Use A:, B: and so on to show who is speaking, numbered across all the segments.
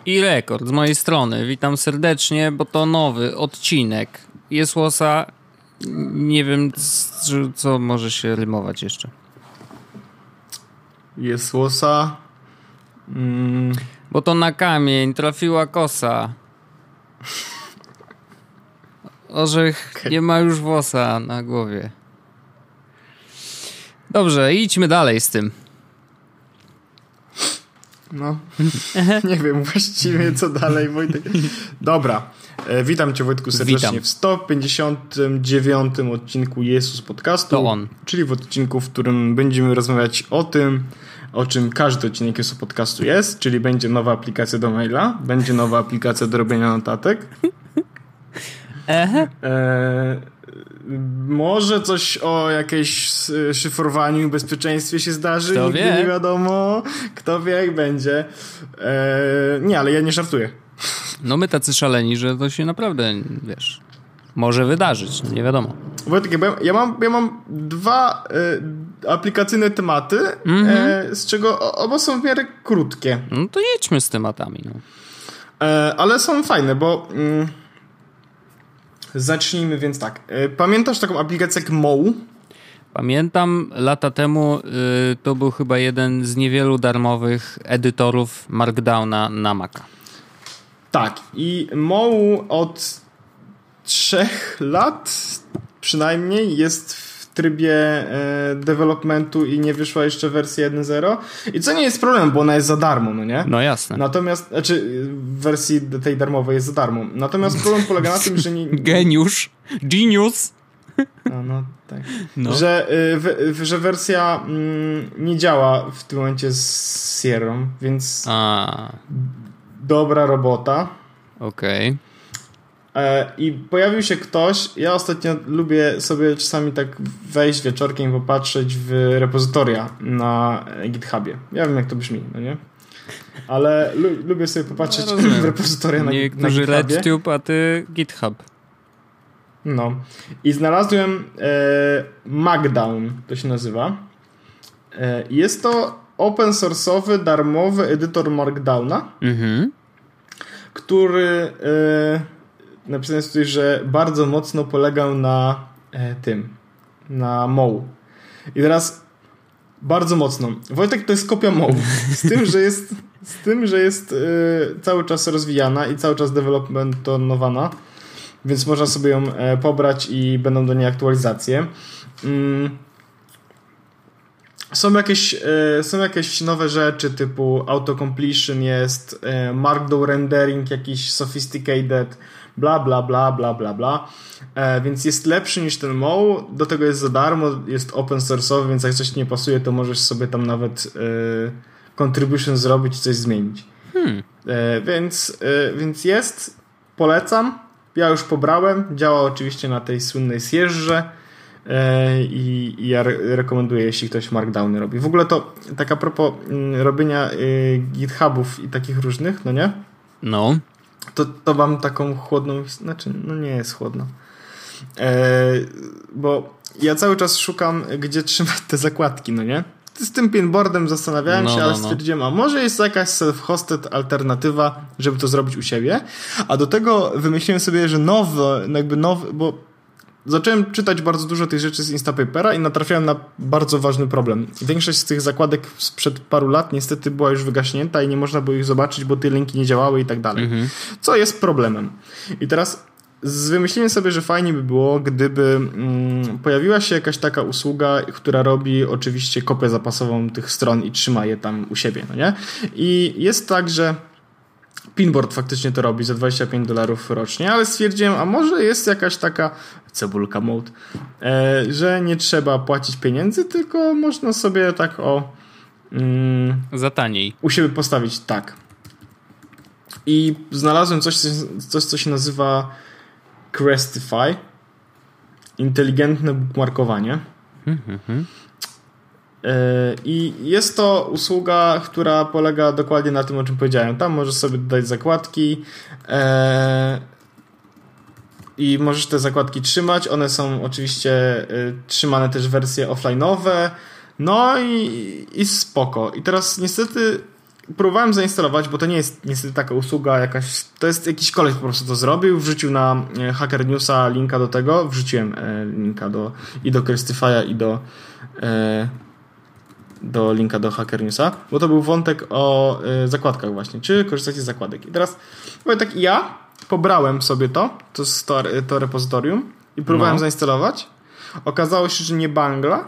A: I rekord z mojej strony. Witam serdecznie, bo to nowy odcinek Jesłosa. Nie wiem, co może się rymować jeszcze.
B: Jesłosa.
A: Bo to na kamień trafiła kosa. Orzech nie ma już włosa na głowie. Dobrze, idźmy dalej z tym.
B: No, nie wiem właściwie co dalej, Wojtek. Dobra, witam cię, Wojtku, serdecznie w 159 odcinku Jesus Podcastu.
A: To on.
B: Czyli w odcinku, w którym będziemy rozmawiać o tym, o czym każdy odcinek Jesus Podcastu jest, czyli będzie nowa aplikacja do maila, będzie nowa aplikacja do robienia notatek. Może coś o jakieś szyfrowaniu i bezpieczeństwie się zdarzy.
A: Kto
B: Nigdy
A: wie?
B: nie wiadomo. Kto wie, jak będzie. Nie, ale ja nie żartuję.
A: No my tacy szaleni, że to się naprawdę, wiesz, może wydarzyć. Nie wiadomo.
B: Wojtek, ja mam dwa aplikacyjne tematy, z czego oba są w miarę krótkie.
A: No to jedźmy z tematami. No.
B: Ale są fajne, bo... Zacznijmy więc tak. Pamiętasz taką aplikację jak Moł?
A: Pamiętam, lata temu to był chyba jeden z niewielu darmowych edytorów Markdowna na Maca.
B: Tak. I Moł od 3 lat przynajmniej jest w trybie developmentu i nie wyszła jeszcze wersja 1.0. I co nie jest problemem, bo ona jest za darmo, no nie?
A: No jasne.
B: Natomiast, w wersji tej darmowej jest za darmo. Natomiast problem polega na tym, że nie...
A: Genius.
B: No tak.
A: No.
B: Że wersja nie działa w tym momencie z Sierrą, więc dobra robota.
A: Okej.
B: I pojawił się ktoś, ja ostatnio lubię sobie czasami tak wejść wieczorkiem i popatrzeć w repozytoria na GitHubie. Ja wiem, jak to brzmi, no nie? Ale lubię sobie popatrzeć w repozytoria na GitHubie.
A: Niektórzy RedTube, a ty GitHub.
B: No. I znalazłem Markdown, to się nazywa. Jest to open source'owy, darmowy edytor Markdowna, który napisane jest tutaj, że bardzo mocno polegał na na Moł. I teraz bardzo mocno. Wojtek, to jest kopia Moł. Z tym, że jest cały czas rozwijana i cały czas developmentowana, więc można sobie ją pobrać i będą do niej aktualizacje. Są jakieś nowe rzeczy typu autocompletion jest, markdown rendering jakiś sophisticated, bla bla bla bla bla bla, więc jest lepszy niż ten Moł, do tego jest za darmo, jest open source'owy, więc jak coś nie pasuje, to możesz sobie tam nawet contribution zrobić i coś zmienić. Więc polecam, ja już pobrałem, działa oczywiście na tej słynnej Sierrze. I ja rekomenduję, jeśli ktoś Markdowny robi. W ogóle to tak a propos robienia GitHubów i takich różnych, no nie?
A: No.
B: To mam taką chłodną... Znaczy, no nie jest chłodno. Bo ja cały czas szukam, gdzie trzymać te zakładki, no nie? Z tym pinboardem zastanawiałem się, ale stwierdziłem, a może jest jakaś self-hosted alternatywa, żeby to zrobić u siebie. A do tego wymyśliłem sobie, że nowy, bo zacząłem czytać bardzo dużo tych rzeczy z Instapapera i natrafiałem na bardzo ważny problem. Większość z tych zakładek sprzed paru lat niestety była już wygaśnięta i nie można było ich zobaczyć, bo te linki nie działały i tak dalej. Co jest problemem. I teraz wymyśliłem sobie, że fajnie by było, gdyby pojawiła się jakaś taka usługa, która robi oczywiście kopię zapasową tych stron i trzyma je tam u siebie, no nie? I jest tak, że Pinboard faktycznie to robi za $25 rocznie, ale stwierdziłem, a może jest jakaś taka cebulka mode, że nie trzeba płacić pieniędzy, tylko można sobie tak
A: za taniej
B: u siebie postawić, tak. I znalazłem coś, co się nazywa Crestify, inteligentne bookmarkowanie. I jest to usługa, która polega dokładnie na tym, o czym powiedziałem. Tam możesz sobie dodać zakładki i możesz te zakładki trzymać. One są oczywiście trzymane też wersje offline'owe. No i spoko. I teraz niestety próbowałem zainstalować, bo to nie jest niestety taka usługa jakaś, to jest jakiś koleś po prostu to zrobił, wrzucił na Hacker Newsa linka do tego, wrzuciłem linka i do Christify'a i do linka do Hacker Newsa, bo to był wątek o zakładkach właśnie, czy korzystacie z zakładek. I teraz powiem tak, ja pobrałem sobie to repozytorium i próbowałem zainstalować. Okazało się, że nie bangla.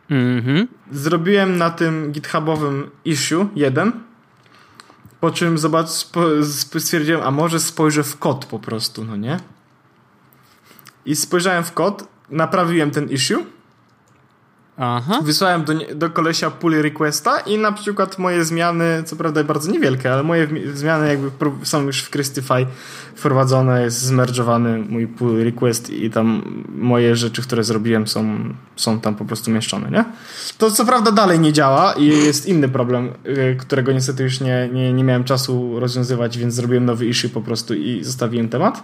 B: Zrobiłem na tym githubowym issue 1, po czym stwierdziłem, a może spojrzę w kod po prostu, no nie? I spojrzałem w kod, naprawiłem ten issue. Wysłałem do kolesia pull requesta i na przykład moje zmiany, co prawda bardzo niewielkie, ale moje zmiany jakby są już w Christify wprowadzone, jest zmerdżowany mój pull request i tam moje rzeczy, które zrobiłem są tam po prostu umieszczone, nie? To co prawda dalej nie działa i jest inny problem, którego niestety już nie miałem czasu rozwiązywać, więc zrobiłem nowy issue po prostu i zostawiłem temat.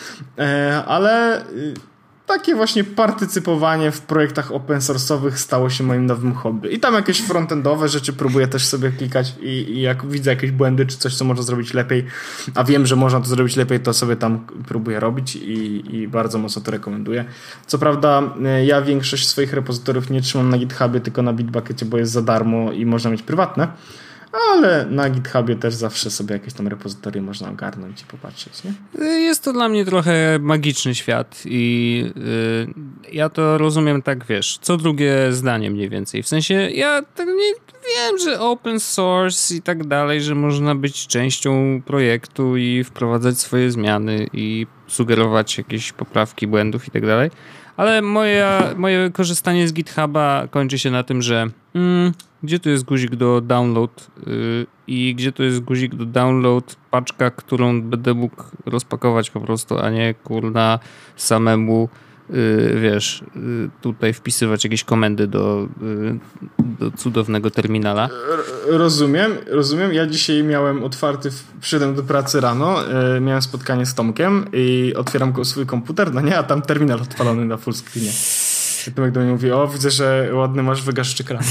B: Ale takie właśnie partycypowanie w projektach open source'owych stało się moim nowym hobby. I tam jakieś frontendowe rzeczy próbuję też sobie klikać i jak widzę jakieś błędy czy coś, co można zrobić lepiej, a wiem, że można to zrobić lepiej, to sobie tam próbuję robić i bardzo mocno to rekomenduję. Co prawda ja większość swoich repozytoriów nie trzymam na GitHubie, tylko na Bitbuckecie, bo jest za darmo i można mieć prywatne. Ale na GitHubie też zawsze sobie jakieś tam repozytorie można ogarnąć i popatrzeć, nie?
A: Jest to dla mnie trochę magiczny świat i ja to rozumiem tak, wiesz, co drugie zdanie mniej więcej. W sensie ja tak nie wiem, że open source i tak dalej, że można być częścią projektu i wprowadzać swoje zmiany i sugerować jakieś poprawki błędów i tak dalej. Ale moje korzystanie z GitHuba kończy się na tym, że gdzie tu jest guzik do download i gdzie tu jest guzik do download, paczka, którą będę mógł rozpakować po prostu, a nie kurna samemu wiesz, tutaj wpisywać jakieś komendy do cudownego terminala.
B: Rozumiem. Ja dzisiaj miałem przyszedłem do pracy rano, miałem spotkanie z Tomkiem i otwieram swój komputer, no nie, a tam terminal odpalony na full screenie. I Tomek do mnie mówi, widzę, że ładny masz wygaszczy kran.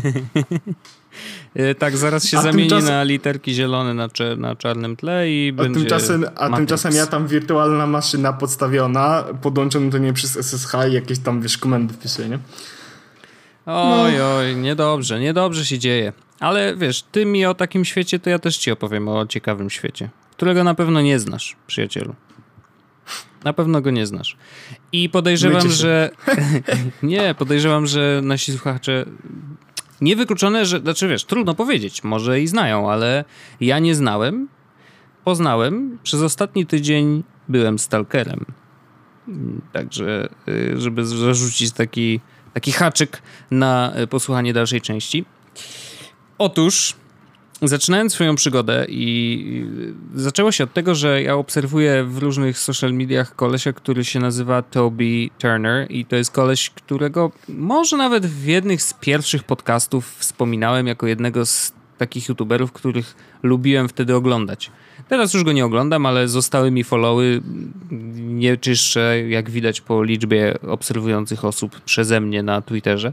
A: Tak, zaraz się zamieni na literki zielone na czarnym tle i będzie
B: tymczasem ja tam wirtualna maszyna podstawiona, podłączona do niej przez SSH i jakieś tam, wiesz, komendy wpisuję, nie?
A: Oj, niedobrze się dzieje. Ale wiesz, ty mi o takim świecie, to ja też ci opowiem o ciekawym świecie, którego na pewno nie znasz, przyjacielu. Na pewno go nie znasz. I podejrzewam, że podejrzewam, że nasi słuchacze niewykluczone, że, znaczy wiesz, trudno powiedzieć, może i znają, ale ja nie znałem, poznałem, przez ostatni tydzień byłem stalkerem. Także, żeby zarzucić taki haczyk na posłuchanie dalszej części. Otóż zaczynając swoją przygodę i zaczęło się od tego, że ja obserwuję w różnych social mediach kolesia, który się nazywa Toby Turner i to jest koleś, którego może nawet w jednych z pierwszych podcastów wspominałem jako jednego z takich youtuberów, których lubiłem wtedy oglądać. Teraz już go nie oglądam, ale zostały mi followy, nie czyszczę, jak widać po liczbie obserwujących osób przeze mnie na Twitterze.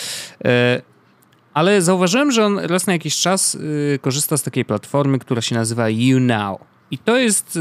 A: Ale zauważyłem, że on raz na jakiś czas korzysta z takiej platformy, która się nazywa YouNow. I to jest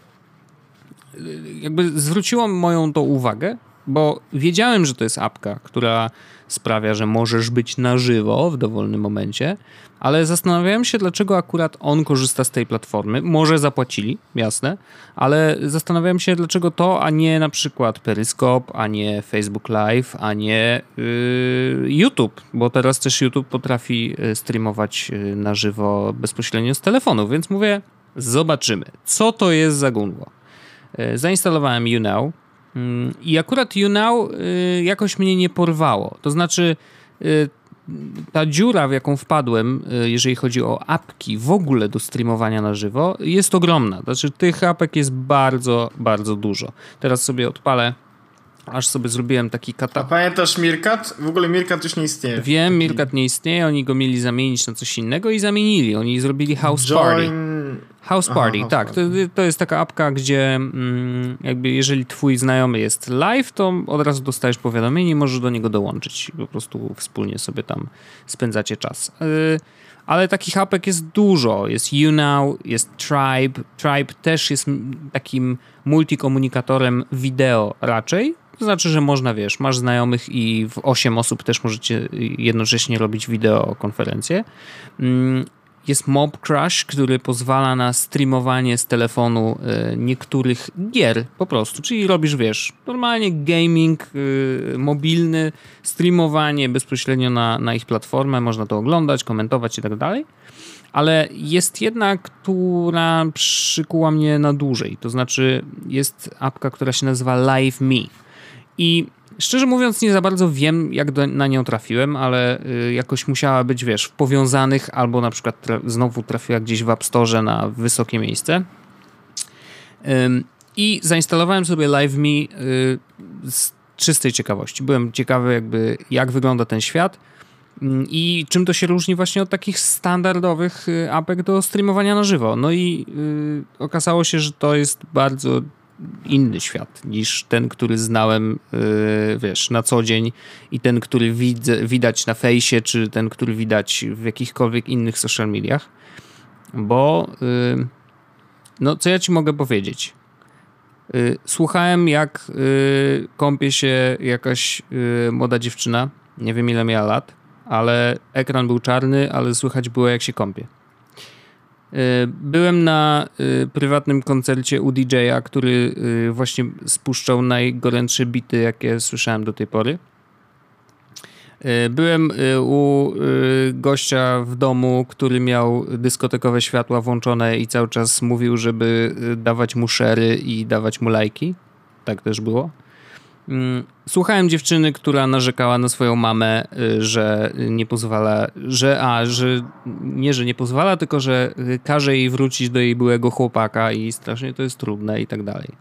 A: jakby zwróciło moją to uwagę, bo wiedziałem, że to jest apka, która sprawia, że możesz być na żywo w dowolnym momencie, ale zastanawiałem się, dlaczego akurat on korzysta z tej platformy. Może zapłacili, jasne, ale zastanawiałem się, dlaczego to, a nie na przykład Periscope, a nie Facebook Live, a nie YouTube, bo teraz też YouTube potrafi streamować na żywo bezpośrednio z telefonu, więc mówię, zobaczymy, co to jest za gunwo. Zainstalowałem YouNow i akurat YouNow jakoś mnie nie porwało. To znaczy ta dziura, w jaką wpadłem, jeżeli chodzi o apki w ogóle do streamowania na żywo, jest ogromna. Znaczy tych apek jest bardzo, bardzo dużo. Teraz sobie odpalę, aż sobie zrobiłem taki
B: A pamiętasz Meerkat? W ogóle Meerkat już nie istnieje.
A: Wiem, Meerkat nie istnieje, oni go mieli zamienić na coś innego i zamienili. Oni zrobili House Party. House Party, tak. To jest taka apka, gdzie jakby jeżeli twój znajomy jest live, to od razu dostajesz powiadomienie i możesz do niego dołączyć. Po prostu wspólnie sobie tam spędzacie czas. Ale takich apek jest dużo. Jest YouNow, jest Tribe. Tribe też jest takim multikomunikatorem wideo raczej. To znaczy, że można, masz znajomych i w 8 osób też możecie jednocześnie robić wideokonferencję. Jest Mob Crush, który pozwala na streamowanie z telefonu niektórych gier po prostu. Czyli robisz, normalnie gaming mobilny, streamowanie bezpośrednio na ich platformę. Można to oglądać, komentować i tak dalej. Ale jest jedna, która przykuła mnie na dłużej. To znaczy jest apka, która się nazywa Live Me. I szczerze mówiąc nie za bardzo wiem, jak na nią trafiłem, ale jakoś musiała być, w powiązanych albo na przykład znowu trafiła gdzieś w App Store na wysokie miejsce. I zainstalowałem sobie Live Me z czystej ciekawości. Byłem ciekawy jak wygląda ten świat i czym to się różni właśnie od takich standardowych apek do streamowania na żywo. No i okazało się, że to jest bardzo inny świat niż ten, który znałem, na co dzień i ten, który widać na fejsie, czy ten, który widać w jakichkolwiek innych social mediach. Bo co ja ci mogę powiedzieć? Słuchałem, jak kąpie się jakaś młoda dziewczyna, nie wiem ile miała lat, ale ekran był czarny, ale słychać było, jak się kąpie. Byłem na prywatnym koncercie u DJ-a, który właśnie spuszczał najgorętsze bity, jakie słyszałem do tej pory. Byłem u gościa w domu, który miał dyskotekowe światła włączone i cały czas mówił, żeby dawać mu share'y i dawać mu lajki. Tak też było. Słuchałem dziewczyny, która narzekała na swoją mamę, że nie pozwala, że nie pozwala, tylko że każe jej wrócić do jej byłego chłopaka i strasznie to jest trudne i tak dalej.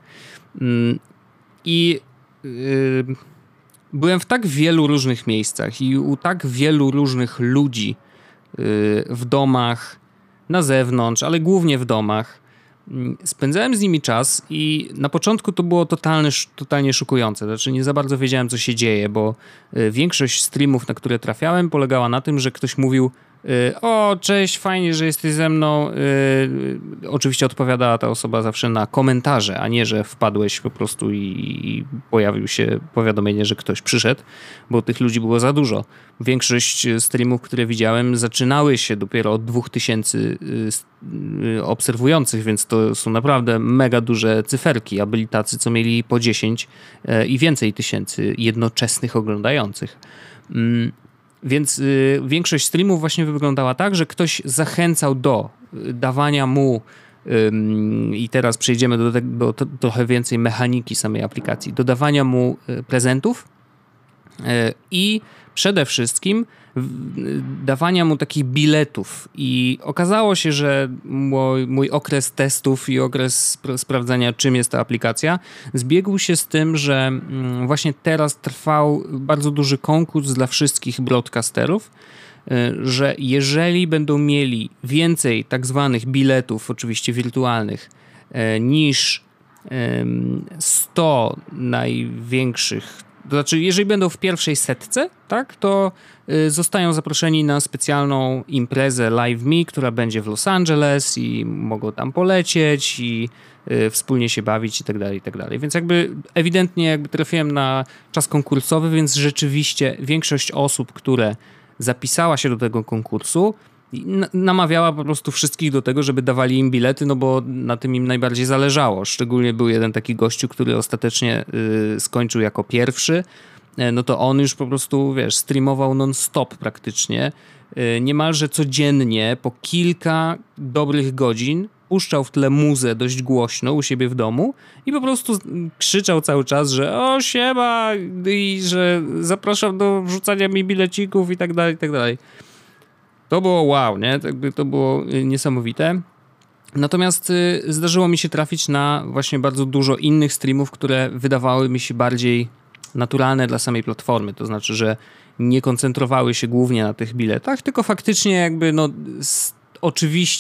A: I byłem w tak wielu różnych miejscach i u tak wielu różnych ludzi w domach, na zewnątrz, ale głównie w domach. Spędzałem z nimi czas i na początku to było totalnie szokujące. Znaczy nie za bardzo wiedziałem, co się dzieje, bo większość streamów, na które trafiałem, polegała na tym, że ktoś mówił: o, cześć, fajnie, że jesteś ze mną. Oczywiście odpowiadała ta osoba zawsze na komentarze, a nie, że wpadłeś po prostu i pojawił się powiadomienie, że ktoś przyszedł, bo tych ludzi było za dużo. Większość streamów, które widziałem, zaczynały się dopiero od 2000 obserwujących, więc to są naprawdę mega duże cyferki, a byli tacy, co mieli po 10 i więcej tysięcy jednoczesnych oglądających. Więc większość streamów właśnie wyglądała tak, że ktoś zachęcał do dawania mu i teraz przejdziemy do trochę więcej mechaniki samej aplikacji, do dawania mu prezentów i przede wszystkim dawania mu takich biletów. I okazało się, że mój okres testów i okres sprawdzania, czym jest ta aplikacja, zbiegł się z tym, że właśnie teraz trwał bardzo duży konkurs dla wszystkich broadcasterów, że jeżeli będą mieli więcej tak zwanych biletów, oczywiście wirtualnych, niż 100 największych, to znaczy jeżeli będą w pierwszej setce, tak, to zostają zaproszeni na specjalną imprezę Live Me, która będzie w Los Angeles i mogą tam polecieć i wspólnie się bawić i tak dalej, i tak dalej. Więc ewidentnie trafiłem na czas konkursowy, więc rzeczywiście większość osób, które zapisała się do tego konkursu, namawiała po prostu wszystkich do tego, żeby dawali im bilety, no bo na tym im najbardziej zależało. Szczególnie był jeden taki gościu, który ostatecznie skończył jako pierwszy. No to on już po prostu, streamował non-stop praktycznie. Niemalże codziennie, po kilka dobrych godzin puszczał w tle muzę dość głośno u siebie w domu i po prostu krzyczał cały czas, że o siema i że zapraszam do wrzucania mi bilecików i tak dalej, i tak dalej. To było wow, nie? To było niesamowite. Natomiast zdarzyło mi się trafić na właśnie bardzo dużo innych streamów, które wydawały mi się bardziej naturalne dla samej platformy. To znaczy, że nie koncentrowały się głównie na tych biletach, tylko faktycznie oczywiście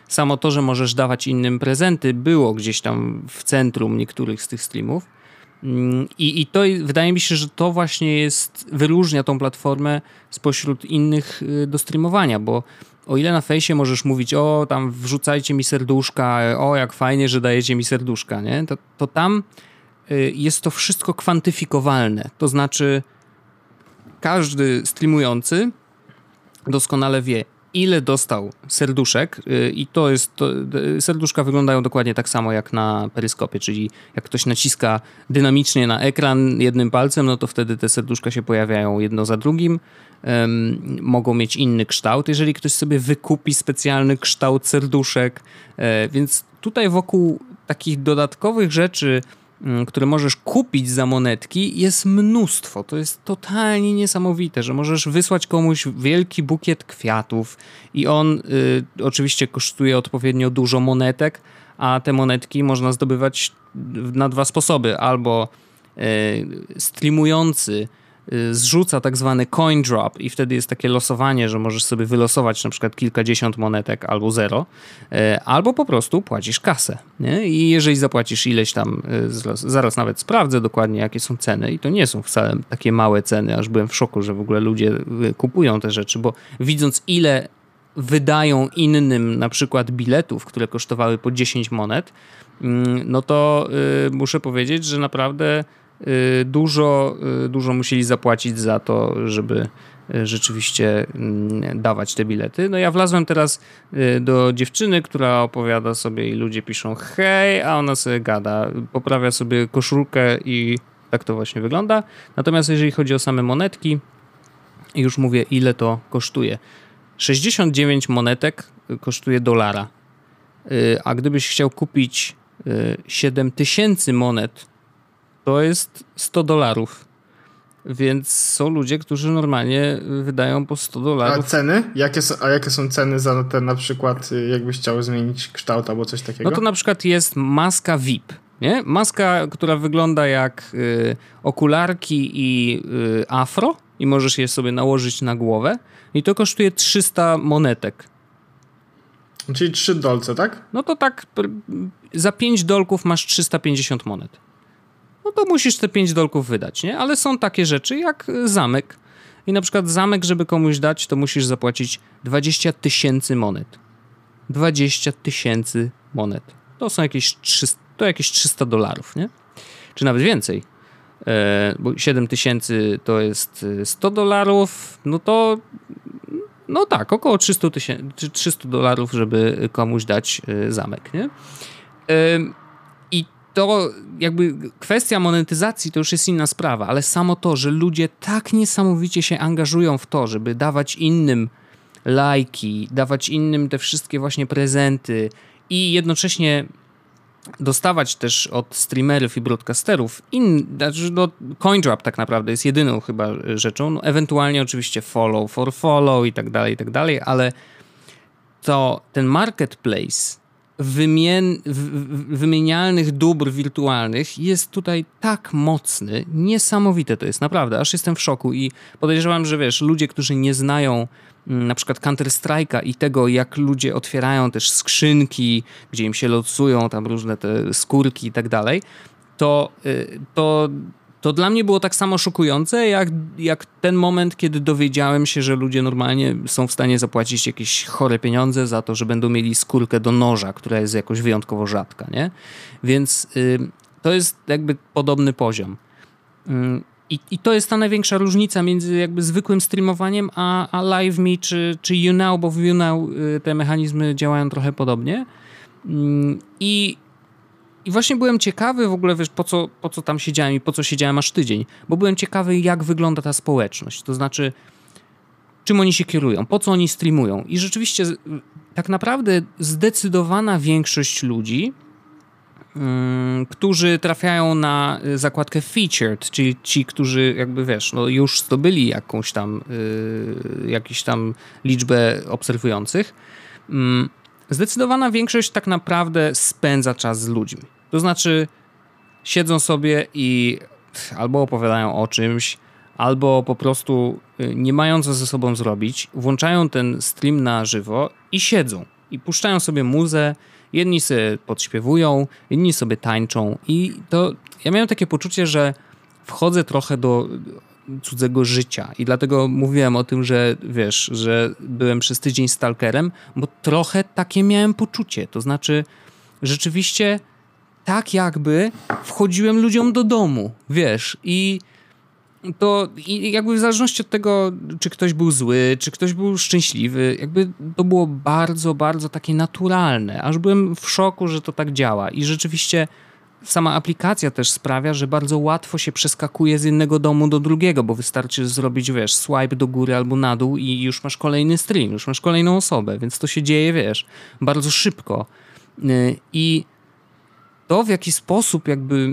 A: samo to, że możesz dawać innym prezenty, było gdzieś tam w centrum niektórych z tych streamów. I to wydaje mi się, że to właśnie wyróżnia tą platformę spośród innych do streamowania, bo o ile na fejsie możesz mówić, o tam wrzucajcie mi serduszka, o jak fajnie, że dajecie mi serduszka, nie? To tam jest to wszystko kwantyfikowalne. To znaczy każdy streamujący doskonale wie, ile dostał serduszek i serduszka wyglądają dokładnie tak samo jak na peryskopie, czyli jak ktoś naciska dynamicznie na ekran jednym palcem, no to wtedy te serduszka się pojawiają jedno za drugim. Mogą mieć inny kształt, jeżeli ktoś sobie wykupi specjalny kształt serduszek, więc tutaj wokół takich dodatkowych rzeczy, które możesz kupić za monetki, jest mnóstwo. To jest totalnie niesamowite, że możesz wysłać komuś wielki bukiet kwiatów i on oczywiście kosztuje odpowiednio dużo monetek, a te monetki można zdobywać na dwa sposoby. Albo streamujący zrzuca tak zwany coin drop i wtedy jest takie losowanie, że możesz sobie wylosować na przykład kilkadziesiąt monetek albo 0, albo po prostu płacisz kasę, nie? I jeżeli zapłacisz ileś tam, zaraz nawet sprawdzę dokładnie jakie są ceny i to nie są wcale takie małe ceny, aż byłem w szoku, że w ogóle ludzie kupują te rzeczy, bo widząc ile wydają innym na przykład biletów, które kosztowały po 10 monet, no to muszę powiedzieć, że naprawdę dużo musieli zapłacić za to, żeby rzeczywiście dawać te bilety. No ja wlazłem teraz do dziewczyny, która opowiada sobie i ludzie piszą hej, a ona sobie gada, poprawia sobie koszulkę i tak to właśnie wygląda. Natomiast jeżeli chodzi o same monetki, już mówię ile to kosztuje. 69 monetek kosztuje $1, a gdybyś chciał kupić 7000 monet, to jest $100. Więc są ludzie, którzy normalnie wydają po $100.
B: A ceny? Jakie są ceny za ten na przykład, jakbyś chciał zmienić kształt albo coś takiego?
A: No to na przykład jest maska VIP, nie? Maska, która wygląda jak okularki i afro i możesz je sobie nałożyć na głowę i to kosztuje 300 monetek.
B: Czyli $3, tak?
A: No to tak za $5 masz 350 monet. No to musisz te $5 wydać, nie? Ale są takie rzeczy jak zamek. I na przykład zamek, żeby komuś dać, to musisz zapłacić 20 000 monet. 20 000 monet. To są jakieś $300, nie? Czy nawet więcej. Bo 7000 to jest $100, no to no tak, około $300, żeby komuś dać zamek, nie? To jakby kwestia monetyzacji to już jest inna sprawa, ale samo to, że ludzie tak niesamowicie się angażują w to, żeby dawać innym lajki, dawać innym te wszystkie właśnie prezenty i jednocześnie dostawać też od streamerów i broadcasterów CoinDrop tak naprawdę jest jedyną chyba rzeczą, no, ewentualnie oczywiście follow for follow i tak dalej, ale to ten marketplace wymienialnych dóbr wirtualnych jest tutaj tak mocny, niesamowite to jest, naprawdę, aż jestem w szoku i podejrzewam, że wiesz, ludzie, którzy nie znają na przykład Counter-Strike'a i tego, jak ludzie otwierają też skrzynki, gdzie im się losują tam różne te skórki i tak dalej, to dla mnie było tak samo szokujące, jak ten moment, kiedy dowiedziałem się, że ludzie normalnie są w stanie zapłacić jakieś chore pieniądze za to, że będą mieli skórkę do noża, która jest jakoś wyjątkowo rzadka, nie? Więc to jest jakby podobny poziom. I to jest ta największa różnica między jakby zwykłym streamowaniem a LiveMe czy YouNow, bo w YouNow te mechanizmy działają trochę podobnie. I właśnie byłem ciekawy w ogóle, wiesz, po co tam siedziałem i po co siedziałem aż tydzień, bo byłem ciekawy, jak wygląda ta społeczność, to znaczy czym oni się kierują, po co oni streamują i rzeczywiście tak naprawdę zdecydowana większość ludzi, którzy trafiają na zakładkę featured, czyli ci, którzy jakby wiesz, no już zdobyli jakąś tam liczbę obserwujących, zdecydowana większość tak naprawdę spędza czas z ludźmi. To znaczy siedzą sobie i albo opowiadają o czymś, albo po prostu nie mają co ze sobą zrobić, włączają ten stream na żywo i siedzą. i puszczają sobie muzę, jedni sobie podśpiewują, inni sobie tańczą i to ja miałem takie poczucie, że wchodzę trochę do cudzego życia i dlatego mówiłem o tym, że wiesz, że byłem przez tydzień stalkerem, bo trochę takie miałem poczucie, to znaczy rzeczywiście tak jakby wchodziłem ludziom do domu, wiesz, i jakby w zależności od tego, czy ktoś był zły, czy ktoś był szczęśliwy, jakby to było bardzo, bardzo takie naturalne, aż byłem w szoku, że to tak działa i rzeczywiście sama aplikacja też sprawia, że bardzo łatwo się przeskakuje z jednego domu do drugiego, bo wystarczy zrobić, wiesz, swipe do góry albo na dół i już masz kolejny stream, już masz kolejną osobę, więc to się dzieje, wiesz, bardzo szybko. I to, w jaki sposób jakby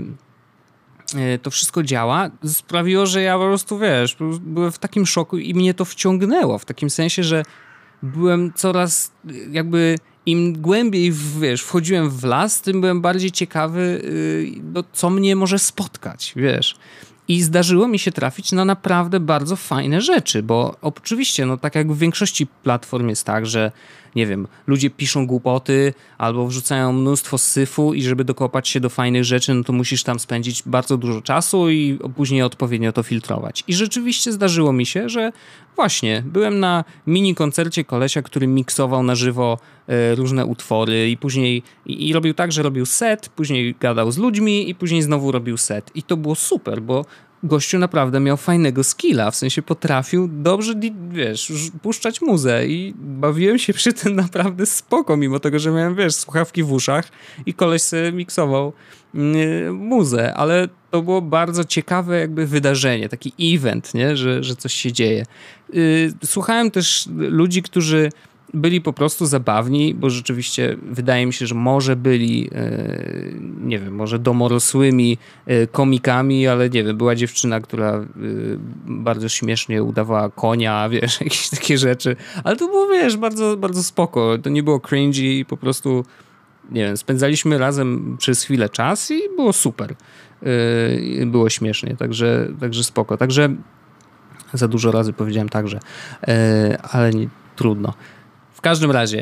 A: to wszystko działa, sprawiło, że ja po prostu, wiesz, byłem w takim szoku i mnie to wciągnęło, w takim sensie, że byłem coraz jakby im głębiej, wiesz, wchodziłem w las, tym byłem bardziej ciekawy, co mnie może spotkać, wiesz. I zdarzyło mi się trafić na naprawdę bardzo fajne rzeczy, bo oczywiście, no tak jak w większości platform jest tak, że nie wiem, ludzie piszą głupoty albo wrzucają mnóstwo syfu i żeby dokopać się do fajnych rzeczy, no to musisz tam spędzić bardzo dużo czasu i później odpowiednio to filtrować. I rzeczywiście zdarzyło mi się, że właśnie byłem na mini koncercie kolesia, który miksował na żywo różne utwory i później i robił tak, że robił set, później gadał z ludźmi i później znowu robił set. I to było super, bo gościu naprawdę miał fajnego skilla, w sensie potrafił dobrze, wiesz, puszczać muzę i bawiłem się przy tym naprawdę spoko, mimo tego, że miałem, wiesz, słuchawki w uszach i koleś sobie miksował muzę, ale to było bardzo ciekawe jakby wydarzenie, taki event, nie? Że coś się dzieje. Słuchałem też ludzi, którzy byli po prostu zabawni, bo rzeczywiście wydaje mi się, że może byli, nie wiem, może domorosłymi komikami, ale nie wiem, była dziewczyna, która bardzo śmiesznie udawała konia, wiesz, jakieś takie rzeczy, ale to było, wiesz, bardzo, bardzo spoko, to nie było cringy i po prostu, nie wiem, spędzaliśmy razem przez chwilę czas i było super, było śmiesznie, także spoko, także za dużo razy powiedziałem także, ale nie, trudno. W każdym razie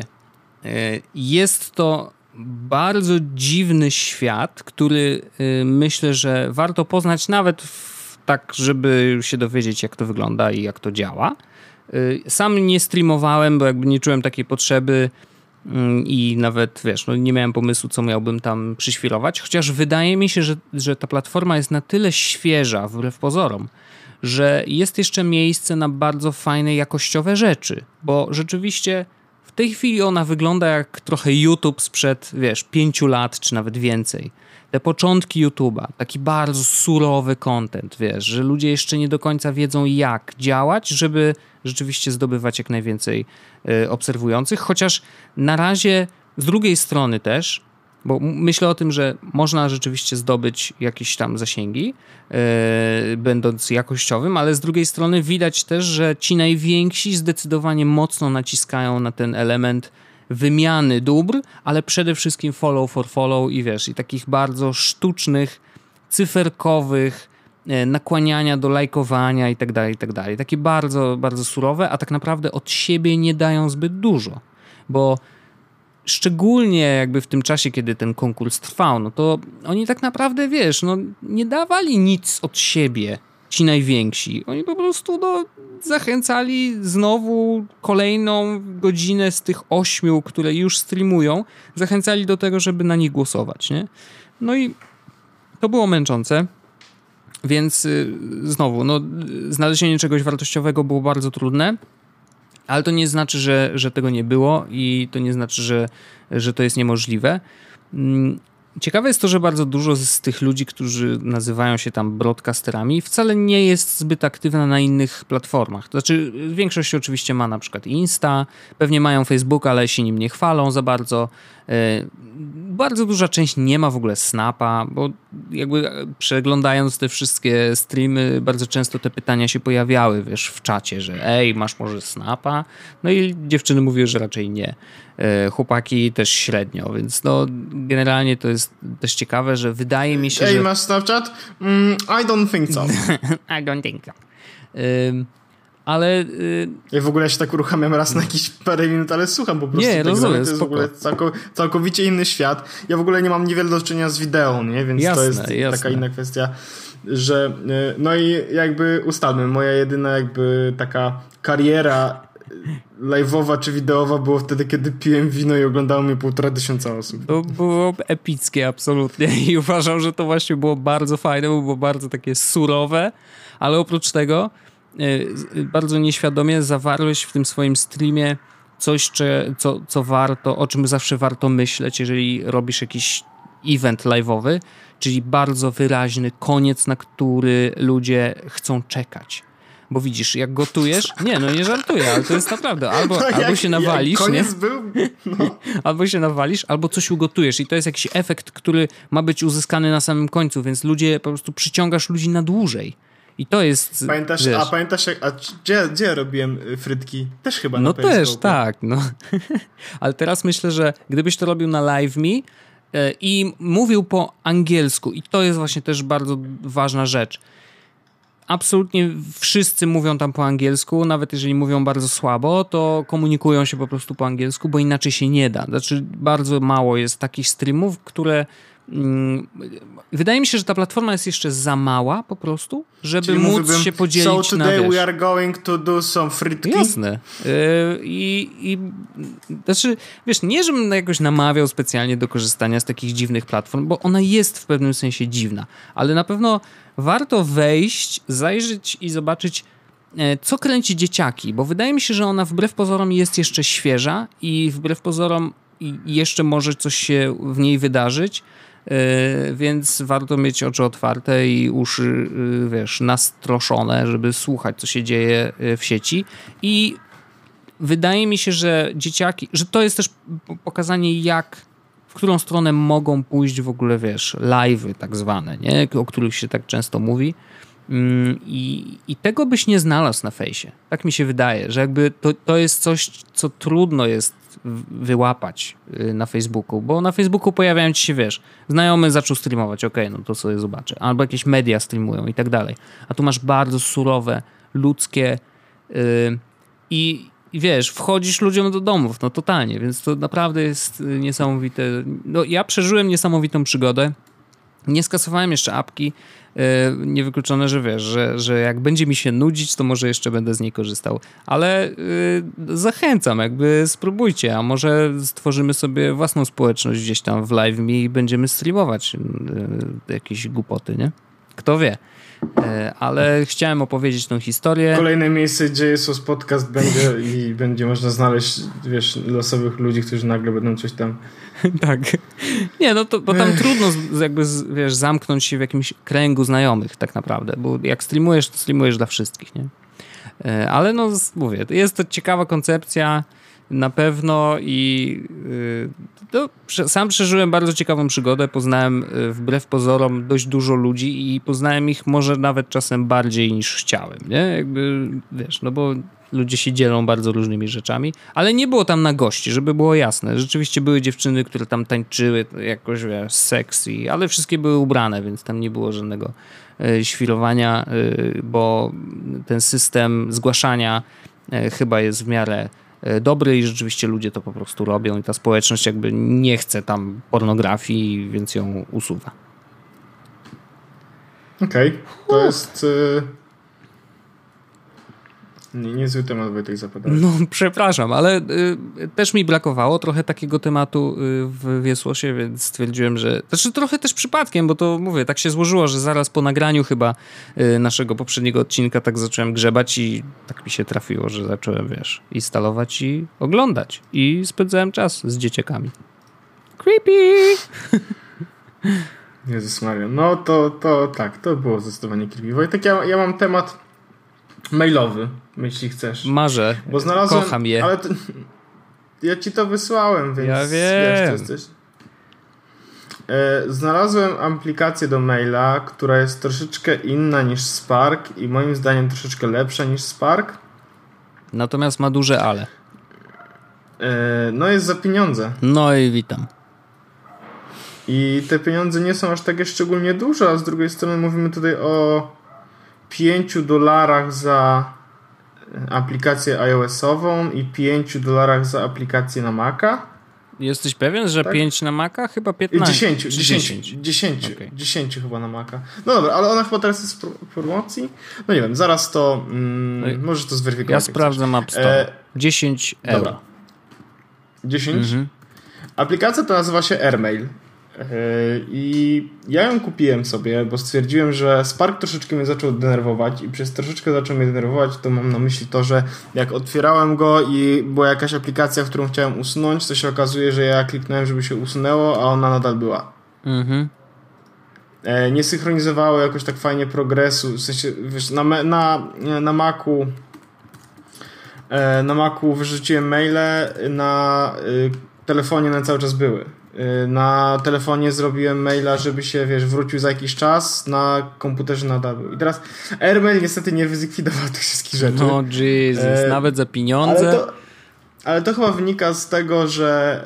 A: jest to bardzo dziwny świat, który myślę, że warto poznać nawet tak, żeby się dowiedzieć, jak to wygląda i jak to działa. Sam nie streamowałem, bo jakby nie czułem takiej potrzeby i nawet, wiesz, no nie miałem pomysłu, co miałbym tam przyświrować, chociaż wydaje mi się, że ta platforma jest na tyle świeża, wbrew pozorom, że jest jeszcze miejsce na bardzo fajne, jakościowe rzeczy, bo rzeczywiście w tej chwili ona wygląda jak trochę YouTube sprzed, wiesz, 5 lat, czy nawet więcej. Te początki YouTube'a, taki bardzo surowy content, wiesz, że ludzie jeszcze nie do końca wiedzą, jak działać, żeby rzeczywiście zdobywać jak najwięcej obserwujących, chociaż na razie z drugiej strony też, bo myślę o tym, że można rzeczywiście zdobyć jakieś tam zasięgi, będąc jakościowym, ale z drugiej strony widać też, że ci najwięksi zdecydowanie mocno naciskają na ten element wymiany dóbr, ale przede wszystkim follow for follow i wiesz, i takich bardzo sztucznych, cyferkowych nakłaniania do lajkowania i tak dalej. Takie bardzo, bardzo surowe, a tak naprawdę od siebie nie dają zbyt dużo, bo szczególnie jakby w tym czasie, kiedy ten konkurs trwał, no to oni tak naprawdę, wiesz, no nie dawali nic od siebie, ci najwięksi. Oni po prostu zachęcali znowu kolejną godzinę z tych 8, które już streamują, zachęcali do tego, żeby na nich głosować, nie? No i to było męczące, więc znowu, no znalezienie czegoś wartościowego było bardzo trudne, ale to nie znaczy, że tego nie było i to nie znaczy, że to jest niemożliwe. Ciekawe jest to, że bardzo dużo z tych ludzi, którzy nazywają się tam broadcasterami, wcale nie jest zbyt aktywna na innych platformach. To znaczy, większość oczywiście ma na przykład Insta, pewnie mają Facebooka, ale się nim nie chwalą za bardzo. Bardzo duża część nie ma w ogóle Snapa, bo jakby przeglądając te wszystkie streamy, bardzo często te pytania się pojawiały, wiesz, w czacie, że ej, masz może Snapa? No i dziewczyny mówiły, że raczej nie. Chłopaki też średnio, więc no generalnie to jest też ciekawe, że wydaje mi się, że...
B: Ej, masz Snapchat? I don't think so.
A: I don't think so. ale...
B: Ja w ogóle się tak uruchamiam raz na jakieś parę minut, ale słucham po prostu.
A: Nie, rozumiem,
B: to jest w ogóle całkowicie inny świat. Ja w ogóle nie mam niewiele do czynienia z wideo, nie? Więc
A: jasne,
B: to jest taka inna kwestia, że no i jakby ustalmy, moja jedyna jakby taka kariera live'owa czy wideowa było wtedy, kiedy piłem wino i oglądało mnie 1500 osób.
A: To było epickie absolutnie i uważam, że to właśnie było bardzo fajne, bo było bardzo takie surowe, ale oprócz tego bardzo nieświadomie zawarłeś w tym swoim streamie coś, co warto, o czym zawsze warto myśleć, jeżeli robisz jakiś event live'owy, czyli bardzo wyraźny koniec, na który ludzie chcą czekać. Bo widzisz, jak gotujesz... Nie żartuję, ale to jest naprawdę. Albo się nawalisz,
B: koniec
A: nie?
B: Był? No.
A: Albo się nawalisz, albo coś ugotujesz i to jest jakiś efekt, który ma być uzyskany na samym końcu, więc po prostu przyciągasz ludzi na dłużej. I to jest...
B: Pamiętasz gdzie robiłem frytki? Też chyba na
A: No
B: Periscope.
A: też, tak. No. Ale teraz myślę, że gdybyś to robił na LiveMe i mówił po angielsku, i to jest właśnie też bardzo ważna rzecz. Absolutnie wszyscy mówią tam po angielsku, nawet jeżeli mówią bardzo słabo, to komunikują się po prostu po angielsku, bo inaczej się nie da. Znaczy bardzo mało jest takich streamów, które... wydaje mi się, że ta platforma jest jeszcze za mała po prostu, żeby czyli móc się podzielić
B: so today we are going to do some frytki.
A: Jasne. Znaczy, wiesz, nie żebym jakoś namawiał specjalnie do korzystania z takich dziwnych platform, bo ona jest w pewnym sensie dziwna, ale na pewno warto wejść, zajrzeć i zobaczyć, co kręci dzieciaki, bo wydaje mi się, że ona wbrew pozorom jest jeszcze świeża i wbrew pozorom jeszcze może coś się w niej wydarzyć, więc warto mieć oczy otwarte i uszy, wiesz, nastroszone, żeby słuchać, co się dzieje w sieci. I wydaje mi się, że dzieciaki, że to jest też pokazanie, w którą stronę mogą pójść w ogóle, wiesz, live'y tak zwane, nie? O których się tak często mówi. I tego byś nie znalazł na fejsie. Tak mi się wydaje, że jakby to jest coś, co trudno jest wyłapać na Facebooku, bo na Facebooku pojawiają ci się, wiesz, znajomy zaczął streamować, no to sobie zobaczę, albo jakieś media streamują i tak dalej, a tu masz bardzo surowe, ludzkie i wiesz, wchodzisz ludziom do domów, no totalnie, więc to naprawdę jest niesamowite. No ja przeżyłem niesamowitą przygodę. Nie skasowałem jeszcze apki, niewykluczone, że wiesz, że jak będzie mi się nudzić, to może jeszcze będę z niej korzystał. Ale zachęcam, jakby spróbujcie, a może stworzymy sobie własną społeczność gdzieś tam w LiveMe i będziemy streamować jakieś głupoty, nie? Kto wie. Ale chciałem opowiedzieć tą historię.
B: Kolejne miejsce, gdzie jest podcast będzie można znaleźć, wiesz, losowych ludzi, którzy nagle będą coś tam...
A: Tak. Nie, no to, bo tam trudno jakby, wiesz, zamknąć się w jakimś kręgu znajomych tak naprawdę, bo jak streamujesz, to streamujesz dla wszystkich, nie? Ale no, mówię, jest to ciekawa koncepcja na pewno i sam przeżyłem bardzo ciekawą przygodę, poznałem wbrew pozorom dość dużo ludzi i poznałem ich może nawet czasem bardziej niż chciałem, nie? Jakby, wiesz, no bo ludzie się dzielą bardzo różnymi rzeczami, ale nie było tam na gości, żeby było jasne. Rzeczywiście były dziewczyny, które tam tańczyły jakoś, wiesz, sexy, ale wszystkie były ubrane, więc tam nie było żadnego świrowania, bo ten system zgłaszania chyba jest w miarę dobry i rzeczywiście ludzie to po prostu robią i ta społeczność jakby nie chce tam pornografii, więc ją usuwa.
B: Okej. To jest... Niezły temat, Wojtek, zapadał.
A: No, przepraszam, ale też mi brakowało trochę takiego tematu w Wiesłosie, więc stwierdziłem, że... Znaczy trochę też przypadkiem, bo to mówię, tak się złożyło, że zaraz po nagraniu chyba naszego poprzedniego odcinka tak zacząłem grzebać i tak mi się trafiło, że zacząłem, wiesz, instalować i oglądać. I spędzałem czas z dzieciakami. Creepy!
B: Jezus Maria. No to tak, to było zdecydowanie creepy. Wojtek, ja mam temat mailowy, jeśli chcesz.
A: Marzę.
B: Bo znalazłem,
A: kocham je.
B: Ale ja ci to wysłałem, więc
A: ja wiem.
B: Wiesz, co jesteś. Znalazłem aplikację do maila, która jest troszeczkę inna niż Spark i moim zdaniem troszeczkę lepsza niż Spark.
A: Natomiast ma duże ale.
B: No jest za pieniądze.
A: No i witam.
B: I te pieniądze nie są aż takie szczególnie duże, a z drugiej strony mówimy tutaj o $5 za aplikację iOS-ową i $5 za aplikację na Maca.
A: Jesteś pewien, że tak? 5 na Maca? Chyba 15.
B: 10 chyba na Maca. No dobra, ale ona chyba teraz jest w promocji. No nie wiem, zaraz to możesz to zweryfikować.
A: Ja sprawdzam App Store. 10 euro. Dobra.
B: 10? Aplikacja to nazywa się AirMail. I ja ją kupiłem sobie, bo stwierdziłem, że Spark troszeczkę mnie zaczął denerwować i przez troszeczkę zaczął mnie denerwować, to mam na myśli to, że jak otwierałem go i była jakaś aplikacja, którą chciałem usunąć, to się okazuje, że ja kliknąłem, żeby się usunęło, a ona nadal była. Nie synchronizowało jakoś tak fajnie progresu, w sensie wiesz, na Macu wyrzuciłem maile, na telefonie one cały czas były. Na telefonie zrobiłem maila, żeby się, wrócił za jakiś czas, na komputerze nadal był. I teraz AirMail niestety nie wyzlikwidował tych wszystkich rzeczy.
A: No Jesus, nawet za pieniądze.
B: Ale to chyba wynika z tego, że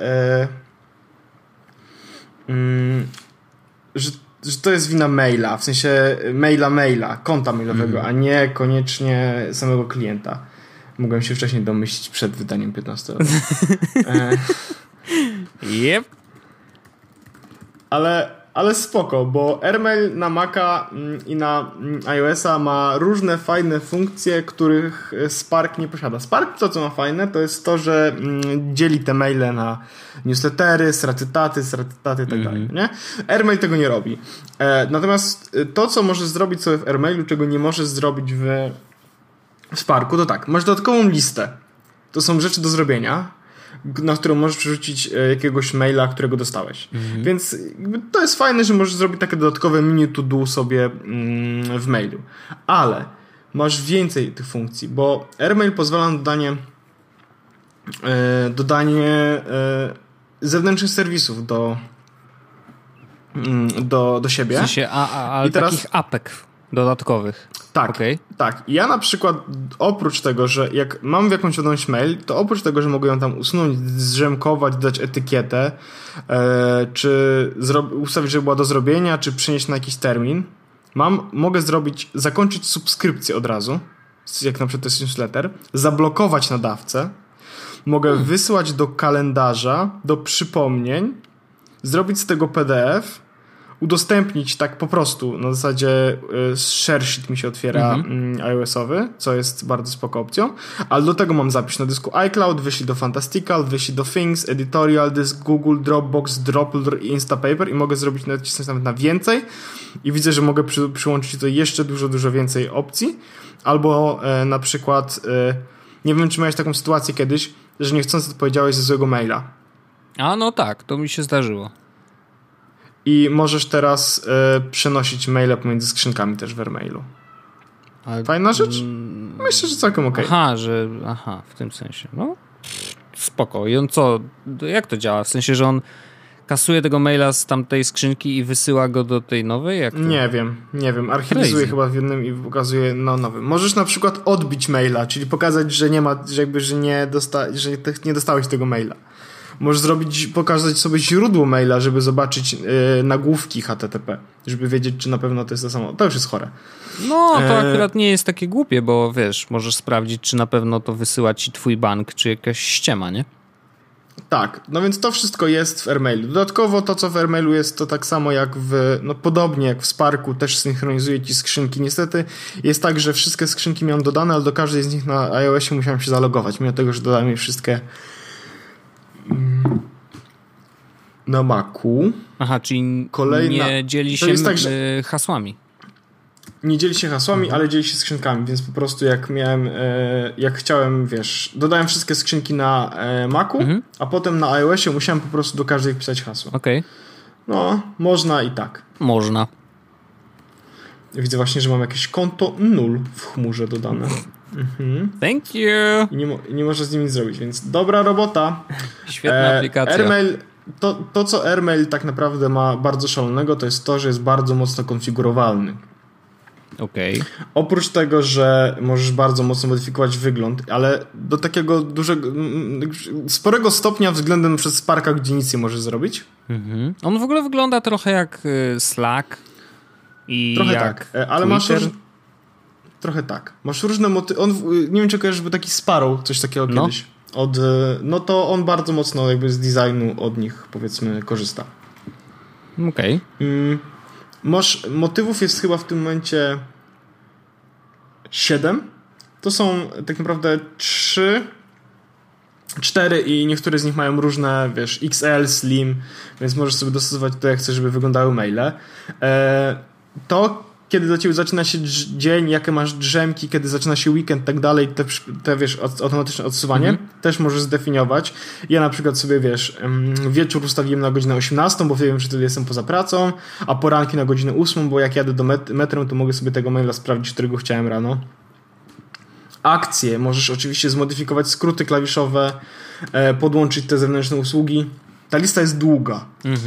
B: to jest wina maila, w sensie maila, konta mailowego, a nie koniecznie samego klienta. Mogłem się wcześniej domyślić przed wydaniem 15 lat.
A: Yep.
B: Ale spoko, bo AirMail na Maca i na iOS-a ma różne fajne funkcje, których Spark nie posiada. Spark to, co ma fajne, to jest to, że dzieli te maile na newslettery, stratytaty i tak dalej. Nie? AirMail tego nie robi. Natomiast to, co możesz zrobić sobie w AirMailu, czego nie możesz zrobić w Sparku, to tak, masz dodatkową listę. To są rzeczy do zrobienia, na którą możesz przerzucić jakiegoś maila, którego dostałeś. Więc to jest fajne, że możesz zrobić takie dodatkowe mini to-do sobie w mailu. Ale masz więcej tych funkcji, bo AirMail pozwala na dodanie zewnętrznych serwisów do siebie.
A: W sensie, ale teraz takich apek dodatkowych.
B: Tak, tak. Ja na przykład oprócz tego, że jak mam jakąś wiadomość mail, to oprócz tego, że mogę ją tam usunąć, zrzemkować, dać etykietę, czy ustawić, żeby była do zrobienia, czy przenieść na jakiś termin, mogę zakończyć subskrypcję od razu, jak na przykład to jest newsletter, zablokować nadawcę, mogę wysłać do kalendarza, do przypomnień, zrobić z tego PDF, udostępnić tak po prostu, na zasadzie ShareSheet mi się otwiera iOS-owy, co jest bardzo spoko opcją, ale do tego mam zapis na dysku iCloud, wyślij do Fantastical, wyślij do Things, Editorial, Disk, Google, Dropbox, Dropler i Instapaper i mogę nacisnąć nawet na więcej i widzę, że mogę przyłączyć tutaj jeszcze dużo więcej opcji, albo na przykład nie wiem, czy miałeś taką sytuację kiedyś, że niechcący odpowiedziałeś ze złego maila.
A: A no tak, to mi się zdarzyło.
B: I możesz teraz przenosić maile pomiędzy skrzynkami też w AirMailu. Fajna rzecz? Myślę, że całkiem okej.
A: Aha, w tym sensie. No, spoko. I on co? Jak to działa? W sensie, że on kasuje tego maila z tamtej skrzynki i wysyła go do tej nowej? Jak to?
B: Nie wiem. Archiwizuje chyba w jednym i pokazuje na nowym. Możesz na przykład odbić maila, czyli pokazać, że nie ma, że nie dostałeś tego maila. Możesz pokazać sobie źródło maila, żeby zobaczyć nagłówki HTTP, żeby wiedzieć, czy na pewno to jest to samo. To już jest chore.
A: No, to akurat nie jest takie głupie, bo wiesz, możesz sprawdzić, czy na pewno to wysyła ci twój bank, czy jakaś ściema, nie?
B: Tak, no więc to wszystko jest w AirMailu. Dodatkowo to, co w AirMailu jest, to tak samo jak podobnie jak w Sparku, też synchronizuje ci skrzynki. Niestety jest tak, że wszystkie skrzynki miałem dodane, ale do każdej z nich na iOSie musiałem się zalogować, mimo tego, że dodałem je wszystkie na Macu.
A: Aha, czyli nie dzieli się tak, hasłami.
B: Nie dzieli się hasłami, ale dzieli się skrzynkami, więc po prostu jak chciałem, dodałem wszystkie skrzynki na Macu, a potem na iOSie musiałem po prostu do każdej pisać hasło.
A: Okej.
B: No, można i tak.
A: Można.
B: Widzę właśnie, że mam jakieś konto 0 w chmurze dodane.
A: Thank you.
B: I nie można z nimi nic zrobić, więc dobra robota.
A: Świetna aplikacja.
B: AirMail, to, co AirMail tak naprawdę ma bardzo szalonego, to jest to, że jest bardzo mocno konfigurowalny.
A: Okej.
B: Oprócz tego, że możesz bardzo mocno modyfikować wygląd, ale do takiego sporego stopnia względem przez Sparka, gdzie nic nie możesz zrobić.
A: On w ogóle wygląda trochę jak Slack i
B: trochę
A: jak
B: tak, ale
A: Twitter.
B: Trochę tak. Masz różne nie wiem, czy kojarzysz, był taki Sparrow, coś takiego kiedyś. No to on bardzo mocno jakby z designu od nich, powiedzmy, korzysta.
A: Okej.
B: Motywów jest chyba w tym momencie 7. To są tak naprawdę 4 i niektóre z nich mają różne, wiesz, XL, Slim, więc możesz sobie dostosować to, jak chcesz, żeby wyglądały maile. To kiedy dla ciebie zaczyna się dzień, jakie masz drzemki, kiedy zaczyna się weekend, tak dalej, te wiesz, automatyczne odsuwanie też możesz zdefiniować. Ja na przykład sobie, wiesz, wieczór ustawiłem na godzinę 18, bo wiem, że wtedy jestem poza pracą, a poranki na godzinę 8, bo jak jadę do metrem, to mogę sobie tego maila sprawdzić, którego chciałem rano. Akcje, możesz oczywiście zmodyfikować skróty klawiszowe, podłączyć te zewnętrzne usługi. Ta lista jest długa.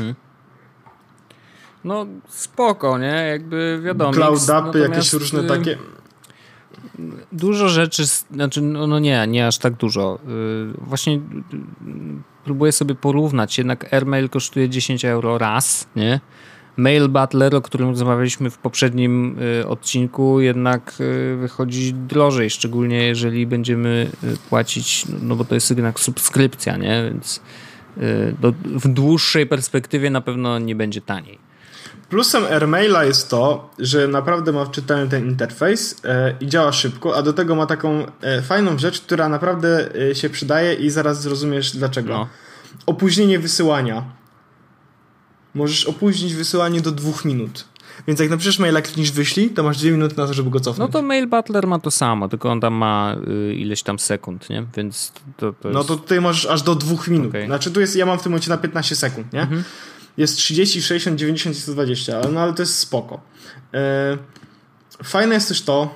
A: No spoko, nie? Jakby wiadomo.
B: Cloud upy, jakieś różne takie.
A: Dużo rzeczy, znaczy no nie aż tak dużo. Właśnie próbuję sobie porównać. Jednak AirMail kosztuje 10 euro raz, nie? Mail Butler, o którym rozmawialiśmy w poprzednim odcinku, jednak wychodzi drożej, szczególnie jeżeli będziemy płacić, no bo to jest jednak subskrypcja, nie? Więc w dłuższej perspektywie na pewno nie będzie taniej.
B: Plusem AirMaila jest to, że naprawdę ma wczytany ten interfejs i działa szybko, a do tego ma taką fajną rzecz, która naprawdę się przydaje i zaraz zrozumiesz dlaczego. No. Opóźnienie wysyłania. Możesz opóźnić wysyłanie do 2 minut. Więc jak napiszesz maila, klikniesz wyślij, to masz 2 minuty na to, żeby go cofnąć.
A: No to Mail Butler ma to samo, tylko on tam ma ileś tam sekund, nie? Więc to jest...
B: No to tutaj możesz aż do 2 minut. Okay. Znaczy tu jest, ja mam w tym momencie na 15 sekund, nie? Jest 30, 60, 90 i 120, ale to jest spoko. Fajne jest też to,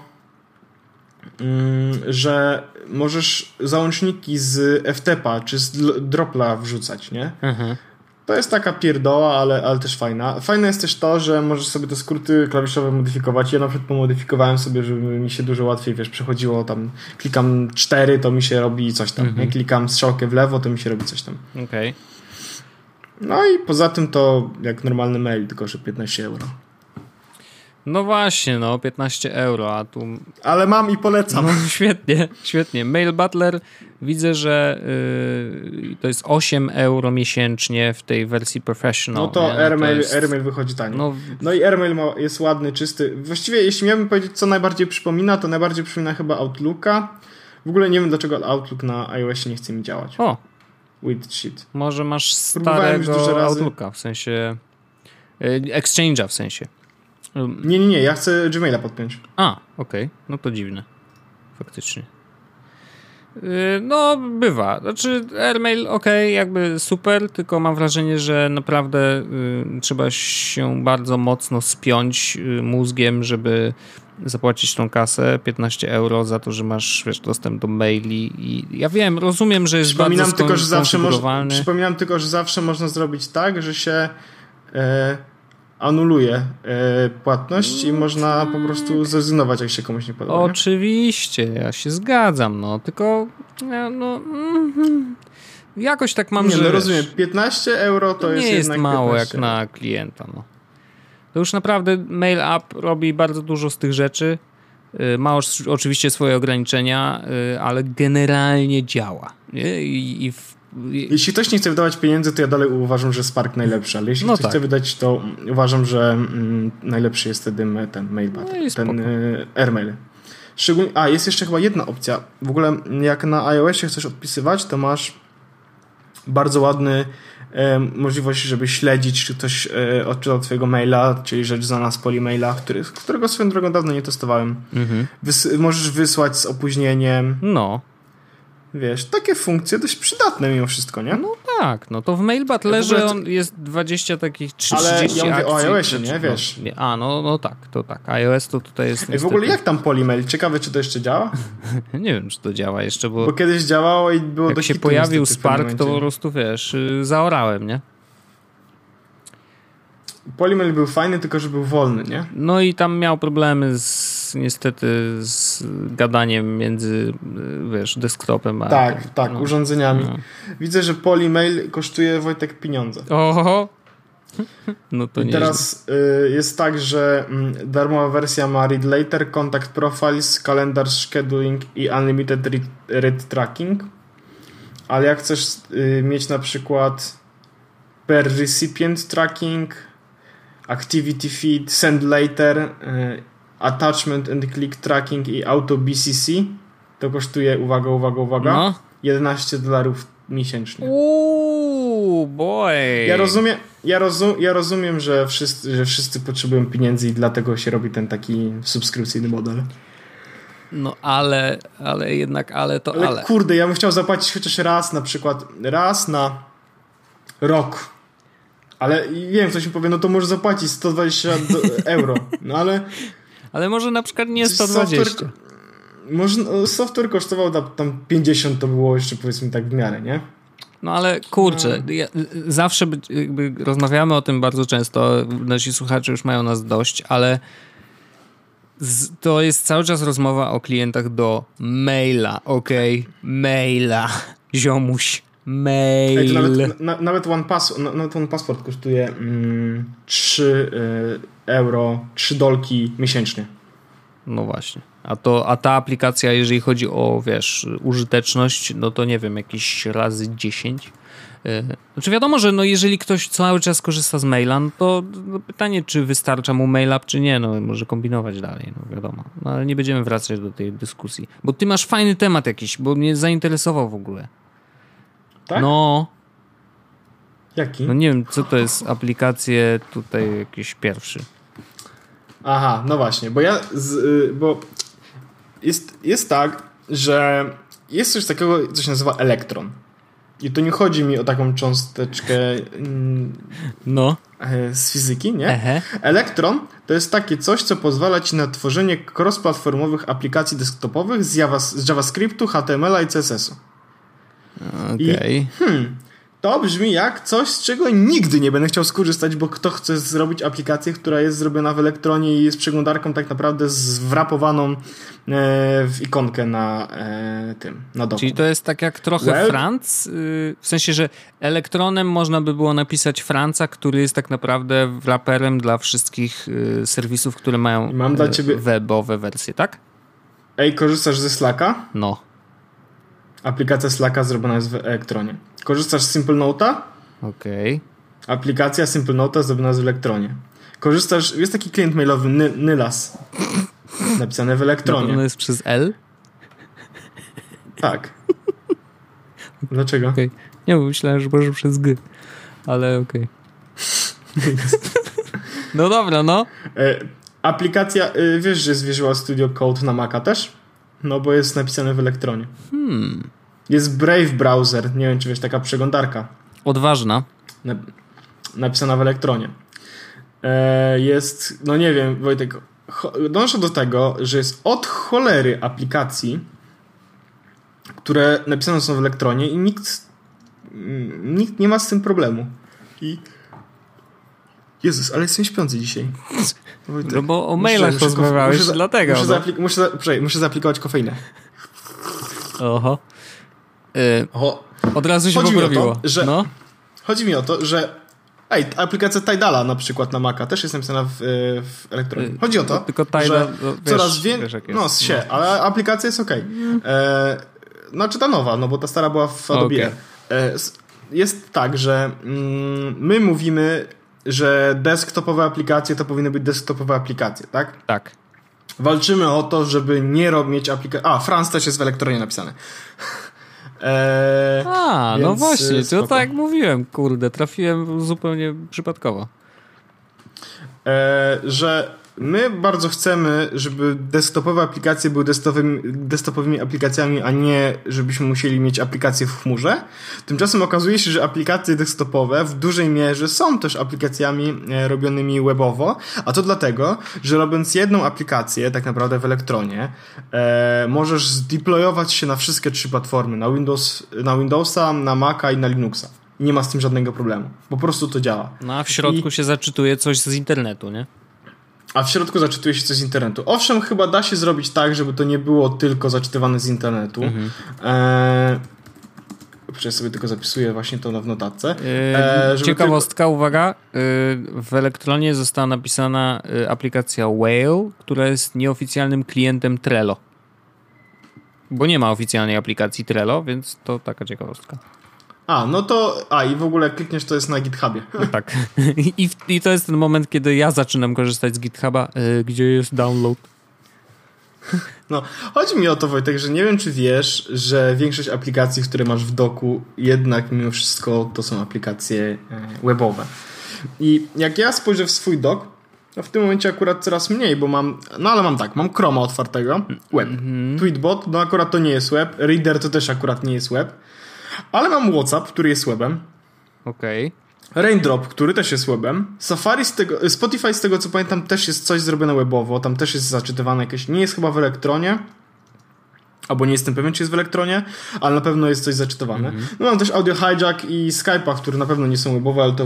B: że możesz załączniki z FTP-a czy z Dropla wrzucać, nie? To jest taka pierdoła, ale też fajna. Fajne jest też to, że możesz sobie te skróty klawiszowe modyfikować. Ja na przykład pomodyfikowałem sobie, żeby mi się dużo łatwiej, wiesz, przechodziło tam, klikam 4, to mi się robi coś tam. Nie? Klikam strzałkę w lewo, to mi się robi coś tam.
A: Okej.
B: No i poza tym to jak normalny mail, tylko że 15 euro.
A: No właśnie, 15 euro, a tu...
B: Ale mam i polecam.
A: No świetnie. Mail Butler widzę, że to jest 8 euro miesięcznie w tej wersji professional.
B: No to AirMail wychodzi taniej. No i AirMail jest ładny, czysty. Właściwie jeśli miałbym powiedzieć, co najbardziej przypomina, to najbardziej przypomina chyba Outlooka. W ogóle nie wiem, dlaczego Outlook na iOSie nie chce mi działać.
A: O!
B: With shit.
A: Może masz starego Outlooka, w sensie Exchange'a w sensie.
B: Nie, ja chcę Gmaila podpiąć.
A: Okej. No to dziwne. Faktycznie. No, bywa. Znaczy AirMail jakby super, tylko mam wrażenie, że naprawdę trzeba się bardzo mocno spiąć mózgiem, żeby zapłacić tą kasę, 15 euro za to, że masz, wiesz, dostęp do maili i ja wiem, rozumiem, że jest
B: Przypominam
A: bardzo
B: Przypominam tylko, że zawsze można zrobić tak, że się anuluje płatność i można po prostu zrezygnować, jak się komuś nie podoba.
A: Oczywiście, ja się zgadzam, tylko jakoś tak mam, że...
B: rozumiem, 15 euro to jest jednak...
A: Nie jest mało jak na klienta, To już naprawdę Mail App robi bardzo dużo z tych rzeczy. Ma oczywiście swoje ograniczenia, ale generalnie działa.
B: Jeśli ktoś nie chce wydawać pieniędzy, to ja dalej uważam, że Spark najlepszy, ale jeśli ktoś chce wydać, to uważam, że najlepszy jest wtedy ten Mailbat, ten AirMail. Szczególnie, jest jeszcze chyba jedna opcja. W ogóle jak na iOSie chcesz odpisywać, to masz bardzo ładny możliwość, żeby śledzić, czy ktoś odczytał twojego maila, czyli rzecz znana z Polymaila, którego swoją drogą dawno nie testowałem. Możesz wysłać z opóźnieniem. Wiesz, takie funkcje dość przydatne mimo wszystko, nie?
A: No tak, to w Mail Butlerze jest 20 takich 30
B: ale ja mówię
A: akcji,
B: o iOSie, nie? Wiesz.
A: To tak. iOS to tutaj jest niestety...
B: W ogóle jak tam Polymail? Ciekawe, czy to jeszcze działa?
A: Nie wiem, czy to działa jeszcze,
B: bo kiedyś działało i było do
A: jak się pojawił Spark, to po prostu, wiesz, zaorałem, nie?
B: Polymail był fajny, tylko że był wolny, nie?
A: No i tam miał problemy niestety z gadaniem między, wiesz, desktopem a...
B: Tak, urządzeniami. Widzę, że Polymail kosztuje, Wojtek, pieniądze.
A: Oho! No to
B: i teraz jest tak, że darmowa wersja ma Read Later, Contact Profiles, Calendar Scheduling i Unlimited Read Tracking. Ale jak chcesz mieć na przykład per recipient tracking, activity feed, send later, attachment and click tracking i auto BCC, to kosztuje, uwaga, no. $11 miesięcznie.
A: Boy.
B: Ja rozumiem, że wszyscy potrzebują pieniędzy i dlatego się robi ten taki subskrypcyjny model.
A: No ale
B: kurde, ja bym chciał zapłacić chociaż raz, na przykład raz na rok. Ale wiem, ktoś mi powie, no to możesz zapłacić 120 euro. No
A: ale może na przykład nie 120.
B: Software kosztował tam 50, to było jeszcze powiedzmy tak w miarę, nie?
A: No ale kurczę, zawsze jakby rozmawiamy o tym bardzo często, nasi słuchacze już mają nas dość, ale to jest cały czas rozmowa o klientach do maila, okej? Maila, ziomuś, mail.
B: Nawet OnePassword kosztuje 3 euro, 3 dolki miesięcznie.
A: No właśnie. A ta aplikacja, jeżeli chodzi o, wiesz, użyteczność, no to nie wiem, jakieś razy 10. Znaczy wiadomo, że no jeżeli ktoś cały czas korzysta z maila, no to pytanie, czy wystarcza mu mail up, czy nie, no może kombinować dalej, no wiadomo. No ale nie będziemy wracać do tej dyskusji. Bo ty masz fajny temat jakiś, bo mnie zainteresował w ogóle.
B: Tak?
A: No.
B: Jaki?
A: No nie wiem, co to jest aplikacje tutaj jakiś pierwszy.
B: Aha, no właśnie, bo jest tak, że jest coś takiego, co się nazywa elektron. I to nie chodzi mi o taką cząsteczkę z fizyki, nie? Elektron to jest takie coś, co pozwala ci na tworzenie cross-platformowych aplikacji desktopowych z JavaScriptu, HTML-a i CSS-u.
A: Okej.
B: To brzmi jak coś, z czego nigdy nie będę chciał skorzystać, bo kto chce zrobić aplikację, która jest zrobiona w elektronie i jest przeglądarką tak naprawdę zwrapowaną w ikonkę na doku.
A: Czyli to jest tak jak trochę Franc, w sensie, że elektronem można by było napisać Franca, który jest tak naprawdę wraperem dla wszystkich serwisów, które mają
B: dla ciebie
A: webowe wersje, tak?
B: Ej, korzystasz ze Slacka?
A: No.
B: Aplikacja Slacka zrobiona jest w elektronie. Korzystasz z Simple Note'a?
A: Okej.
B: Aplikacja Simple Note'a zrobiona jest w elektronie. Jest taki klient mailowy Nylas napisany w elektronie.
A: Ono jest przez L?
B: Tak. Dlaczego?
A: Okay. Nie, bo myślałem, że może przez G. Ale okej. No dobra, no.
B: Aplikacja, wiesz, że jest Visual Studio Code na Maca też? No bo jest napisane w elektronie. Jest Brave Browser, nie wiem czy wiesz, taka przeglądarka.
A: Odważna.
B: Napisana w elektronie. Jest, no nie wiem, Wojtek, dążę do tego, że jest od cholery aplikacji, które napisane są w elektronie i nikt nie ma z tym problemu. Jezus, ale jestem śpiący dzisiaj. Wojtek,
A: no bo o mailach rozmawiałeś, dlatego.
B: Muszę zaaplikować kofeinę.
A: Oho. Od razu się poprawiło.
B: Chodzi mi o to, że aplikacja Tidala na przykład na Maca też jest napisana w elektronie. Chodzi o to,
A: tylko Tidal,
B: że coraz więcej... ale aplikacja jest okej. Znaczy ta nowa, no bo ta stara była w Adobe. Jest tak, że my mówimy, że desktopowe aplikacje to powinny być desktopowe aplikacje, tak?
A: Tak.
B: Walczymy o to, żeby nie mieć aplikacji... France też jest w elektronie napisane.
A: No właśnie, to tak jak mówiłem, kurde, trafiłem zupełnie przypadkowo.
B: Że my bardzo chcemy, żeby desktopowe aplikacje były desktopowymi aplikacjami, a nie żebyśmy musieli mieć aplikacje w chmurze. Tymczasem okazuje się, że aplikacje desktopowe w dużej mierze są też aplikacjami robionymi webowo, a to dlatego, że robiąc jedną aplikację tak naprawdę w elektronie, możesz zdeployować się na wszystkie 3 platformy, na Windowsa, na Maca i na Linuxa. I nie ma z tym żadnego problemu. Po prostu to działa.
A: No a w środku się zaczytuje coś z internetu, nie?
B: A w środku zaczytuje się coś z internetu. Owszem, chyba da się zrobić tak, żeby to nie było tylko zaczytywane z internetu. Przecież sobie tylko zapisuję właśnie to w notatce.
A: Ciekawostka, uwaga. W Elektronie została napisana aplikacja Whale, która jest nieoficjalnym klientem Trello. Bo nie ma oficjalnej aplikacji Trello, więc to taka ciekawostka.
B: I w ogóle jak klikniesz, to jest na GitHubie.
A: Tak. I to jest ten moment, kiedy ja zaczynam korzystać z GitHuba, gdzie jest download.
B: No, chodzi mi o to, Wojtek, że nie wiem, czy wiesz, że większość aplikacji, które masz w doku, jednak mimo wszystko to są aplikacje webowe. I jak ja spojrzę w swój dok, to w tym momencie akurat coraz mniej, bo mam Chroma otwartego, web. Tweetbot, no akurat to nie jest web. Reader to też akurat nie jest web. Ale mam WhatsApp, który jest webem.
A: Okej.
B: Raindrop, który też jest webem. Spotify z tego co pamiętam też jest coś zrobione webowo. Tam też jest zaczytywane jakieś... Nie jest chyba w Elektronie. Albo nie jestem pewien, czy jest w Elektronie. Ale na pewno jest coś zaczytowane. No mam też Audio Hijack i Skype'a, które na pewno nie są webowe, ale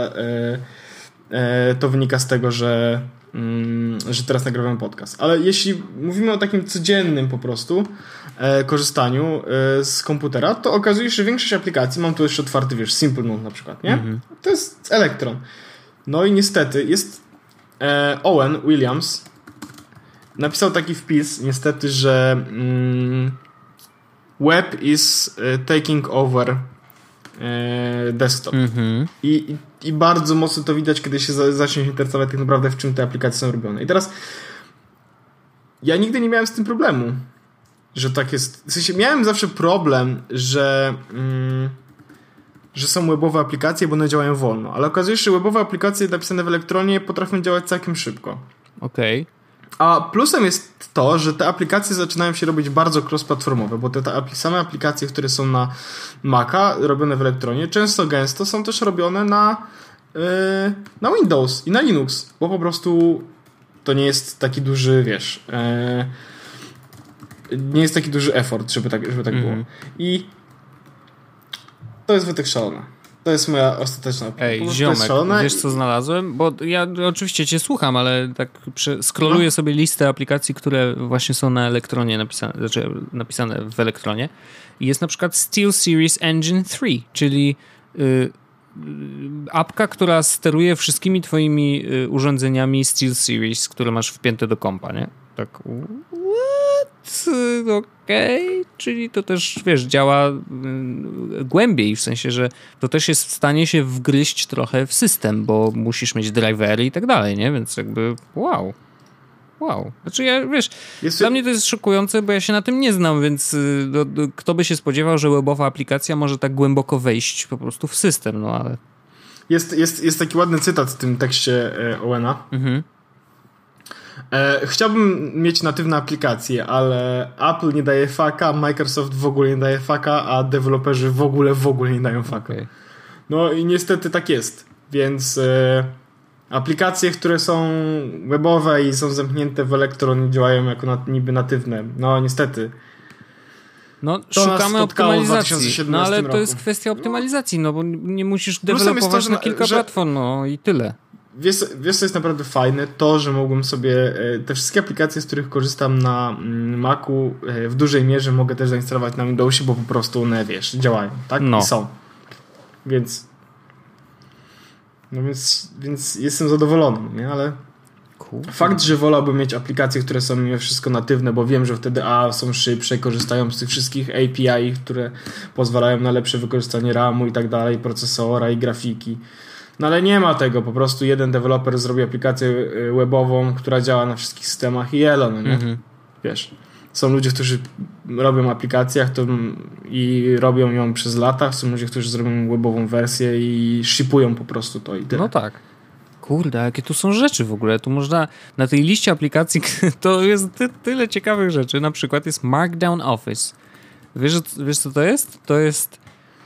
B: to wynika z tego, że teraz nagrywam podcast. Ale jeśli mówimy o takim codziennym po prostu korzystaniu z komputera, to okazuje się, że większość aplikacji, mam tu jeszcze otwarty, wiesz, Simple Note na przykład, nie? To jest Electron. No i niestety jest Owen Williams napisał taki wpis, niestety, że web is taking over desktop. I bardzo mocno to widać, kiedy się zacznie się interesować tak naprawdę, w czym te aplikacje są robione. I teraz ja nigdy nie miałem z tym problemu, że tak jest. W sensie miałem zawsze problem, że są webowe aplikacje, bo one działają wolno. Ale okazuje się, że webowe aplikacje napisane w Elektronie potrafią działać całkiem szybko.
A: Okej.
B: A plusem jest to, że te aplikacje zaczynają się robić bardzo cross-platformowe, bo te same aplikacje, które są na Maca, robione w Elektronie, często gęsto są też robione na Windows i na Linux, bo po prostu to nie jest taki duży, wiesz, nie jest taki duży effort, żeby tak było. I to jest wytek szalone. To jest moja ostateczna opinia.
A: Ej, ziomek, wiesz co znalazłem? Bo ja oczywiście cię słucham, ale tak scrolluję sobie listę aplikacji, które właśnie są na Elektronie napisane w Elektronie. I jest na przykład SteelSeries Engine 3, czyli apka, która steruje wszystkimi twoimi urządzeniami SteelSeries, które masz wpięte do kompa, nie? Tak, okej, czyli to też, wiesz, działa głębiej, w sensie, że to też jest w stanie się wgryźć trochę w system, bo musisz mieć drivery i tak dalej, nie? Więc jakby wow. Znaczy ja, wiesz, dla mnie to jest szokujące, bo ja się na tym nie znam, więc kto by się spodziewał, że webowa aplikacja może tak głęboko wejść po prostu w system, no ale...
B: Jest taki ładny cytat w tym tekście Owena. Chciałbym mieć natywne aplikacje, ale Apple nie daje faka, Microsoft w ogóle nie daje faka, a deweloperzy w ogóle nie dają faka. Okay. No i niestety tak jest. Więc aplikacje, które są webowe i są zamknięte w Electron, działają jako niby natywne. No niestety.
A: No szukamy optymalizacji. No ale to jest kwestia optymalizacji, no bo nie musisz dewelopować na kilka platform, no i tyle.
B: Wiesz, co jest naprawdę fajne? To, że mogłem sobie te wszystkie aplikacje, z których korzystam na Macu, w dużej mierze mogę też zainstalować na Windowsie, bo po prostu one, wiesz, działają, tak?
A: No.
B: I są. Więc jestem zadowolony, nie? Ale fakt, że wolałbym mieć aplikacje, które są mimo wszystko natywne, bo wiem, że wtedy są szybsze, korzystają z tych wszystkich API, które pozwalają na lepsze wykorzystanie RAM-u i tak dalej, procesora i grafiki. No ale nie ma tego, po prostu jeden deweloper zrobi aplikację webową, która działa na wszystkich systemach i elo, no nie? Wiesz, są ludzie, którzy robią aplikację i robią ją przez lata, są ludzie, którzy zrobią webową wersję i shipują po prostu to i tyle.
A: No tak. Kurde, jakie tu są rzeczy w ogóle. Tu można, na tej liście aplikacji to jest tyle ciekawych rzeczy. Na przykład jest Markdown Office. Wiesz co to jest? To jest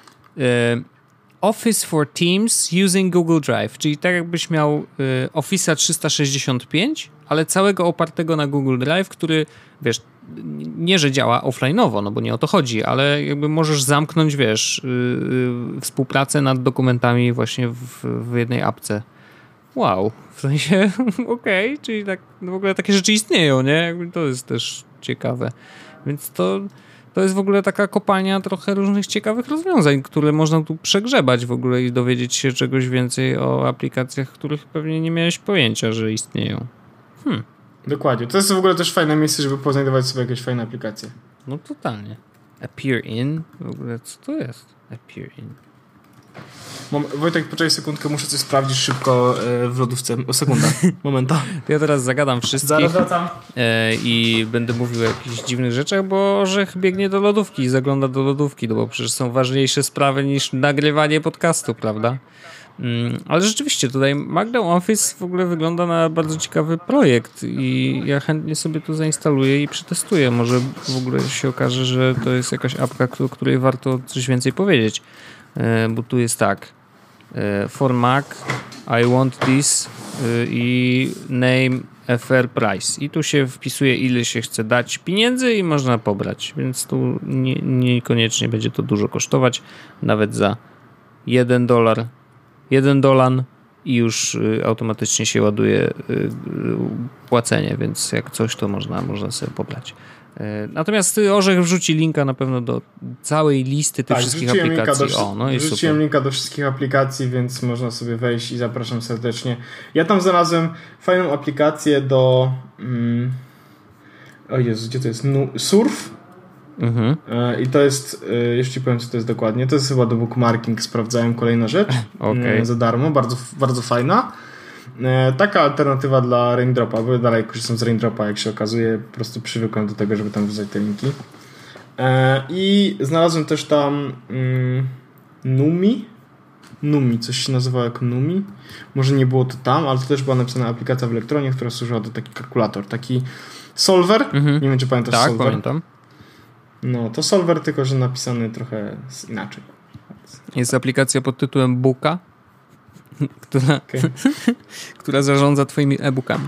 A: Office for Teams using Google Drive, czyli tak jakbyś miał Office'a 365, ale całego opartego na Google Drive, który, wiesz, nie, że działa offline'owo, no bo nie o to chodzi, ale jakby możesz zamknąć, wiesz, współpracę nad dokumentami właśnie w jednej apce. Wow, w sensie okej, czyli tak w ogóle takie rzeczy istnieją, nie? Jakby to jest też ciekawe. Więc To jest w ogóle taka kopalnia trochę różnych ciekawych rozwiązań, które można tu przegrzebać w ogóle i dowiedzieć się czegoś więcej o aplikacjach, których pewnie nie miałeś pojęcia, że istnieją.
B: Dokładnie. To jest w ogóle też fajne miejsce, żeby poznajdować sobie jakieś fajne aplikacje.
A: No totalnie. Appear in? W ogóle co to jest? Appear in.
B: Wojtek, poczekaj sekundkę, muszę coś sprawdzić szybko w lodówce. Sekunda, momenta.
A: Ja teraz zagadam wszystkich.
B: Zaraz wracam.
A: I będę mówił o jakichś dziwnych rzeczach, bo Orzech biegnie do lodówki i zagląda do lodówki, no bo przecież są ważniejsze sprawy niż nagrywanie podcastu, prawda? Ale rzeczywiście tutaj Magnum Office w ogóle wygląda na bardzo ciekawy projekt i ja chętnie sobie to zainstaluję i przetestuję. Może w ogóle się okaże, że to jest jakaś apka, o której warto coś więcej powiedzieć. Bo tu jest tak, for Mac, I want this i name a fair price. I tu się wpisuje, ile się chce dać pieniędzy i można pobrać, więc tu niekoniecznie będzie to dużo kosztować, nawet za $1 i już automatycznie się ładuje płacenie, więc jak coś, to można sobie pobrać. Natomiast Orzech wrzuci linka na pewno do całej listy tych wszystkich aplikacji.
B: Wrzuciłem linka do wszystkich aplikacji, więc można sobie wejść i zapraszam serdecznie. Ja tam znalazłem fajną aplikację do o Jezu, gdzie to jest? Surf. I to jest, już ci powiem, co to jest dokładnie. To jest chyba do bookmarking, sprawdzałem, kolejna rzecz. Za darmo, bardzo, bardzo fajna. Taka alternatywa dla Raindropa, bo dalej korzystam z Raindropa, jak się okazuje, po prostu przywykłem do tego, żeby tam wrzucać te linki. I znalazłem też tam Numi, coś się nazywało jak Numi. Może nie było to tam, ale to też była napisana aplikacja w Elektronie, która służyła do taki kalkulator, taki solver. Nie wiem, czy pamiętasz solver.
A: Tak, pamiętam.
B: No, to solver, tylko że napisany trochę inaczej.
A: Jest aplikacja pod tytułem Booka, która zarządza twoimi e-bookami.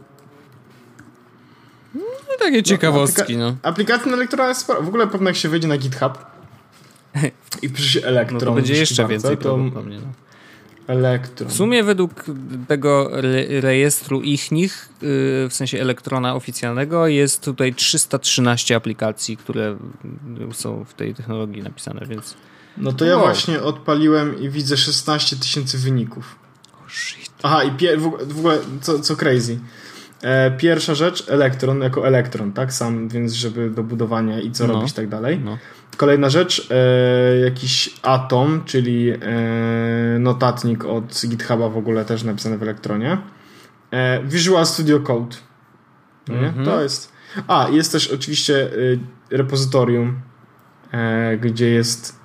A: No takie ciekawostki,
B: Aplikacja na Elektrona jest sporo. W ogóle pewno jak się wejdzie na GitHub i pisze Elektron.
A: No to będzie jeszcze więcej prawdopodobnie.
B: Elektron.
A: W sumie według tego rejestru ich, w sensie Elektrona oficjalnego, jest tutaj 313 aplikacji, które są w tej technologii napisane, więc...
B: No to ja właśnie odpaliłem i widzę 16 000 wyników.
A: Shit.
B: Aha, i w ogóle, co crazy. Pierwsza rzecz, Elektron jako elektron, tak? Sam, więc żeby do budowania i co robić i tak dalej. Kolejna rzecz, jakiś Atom, czyli notatnik od GitHuba w ogóle też napisany w Elektronie. Visual Studio Code. To jest... jest też oczywiście repozytorium, gdzie jest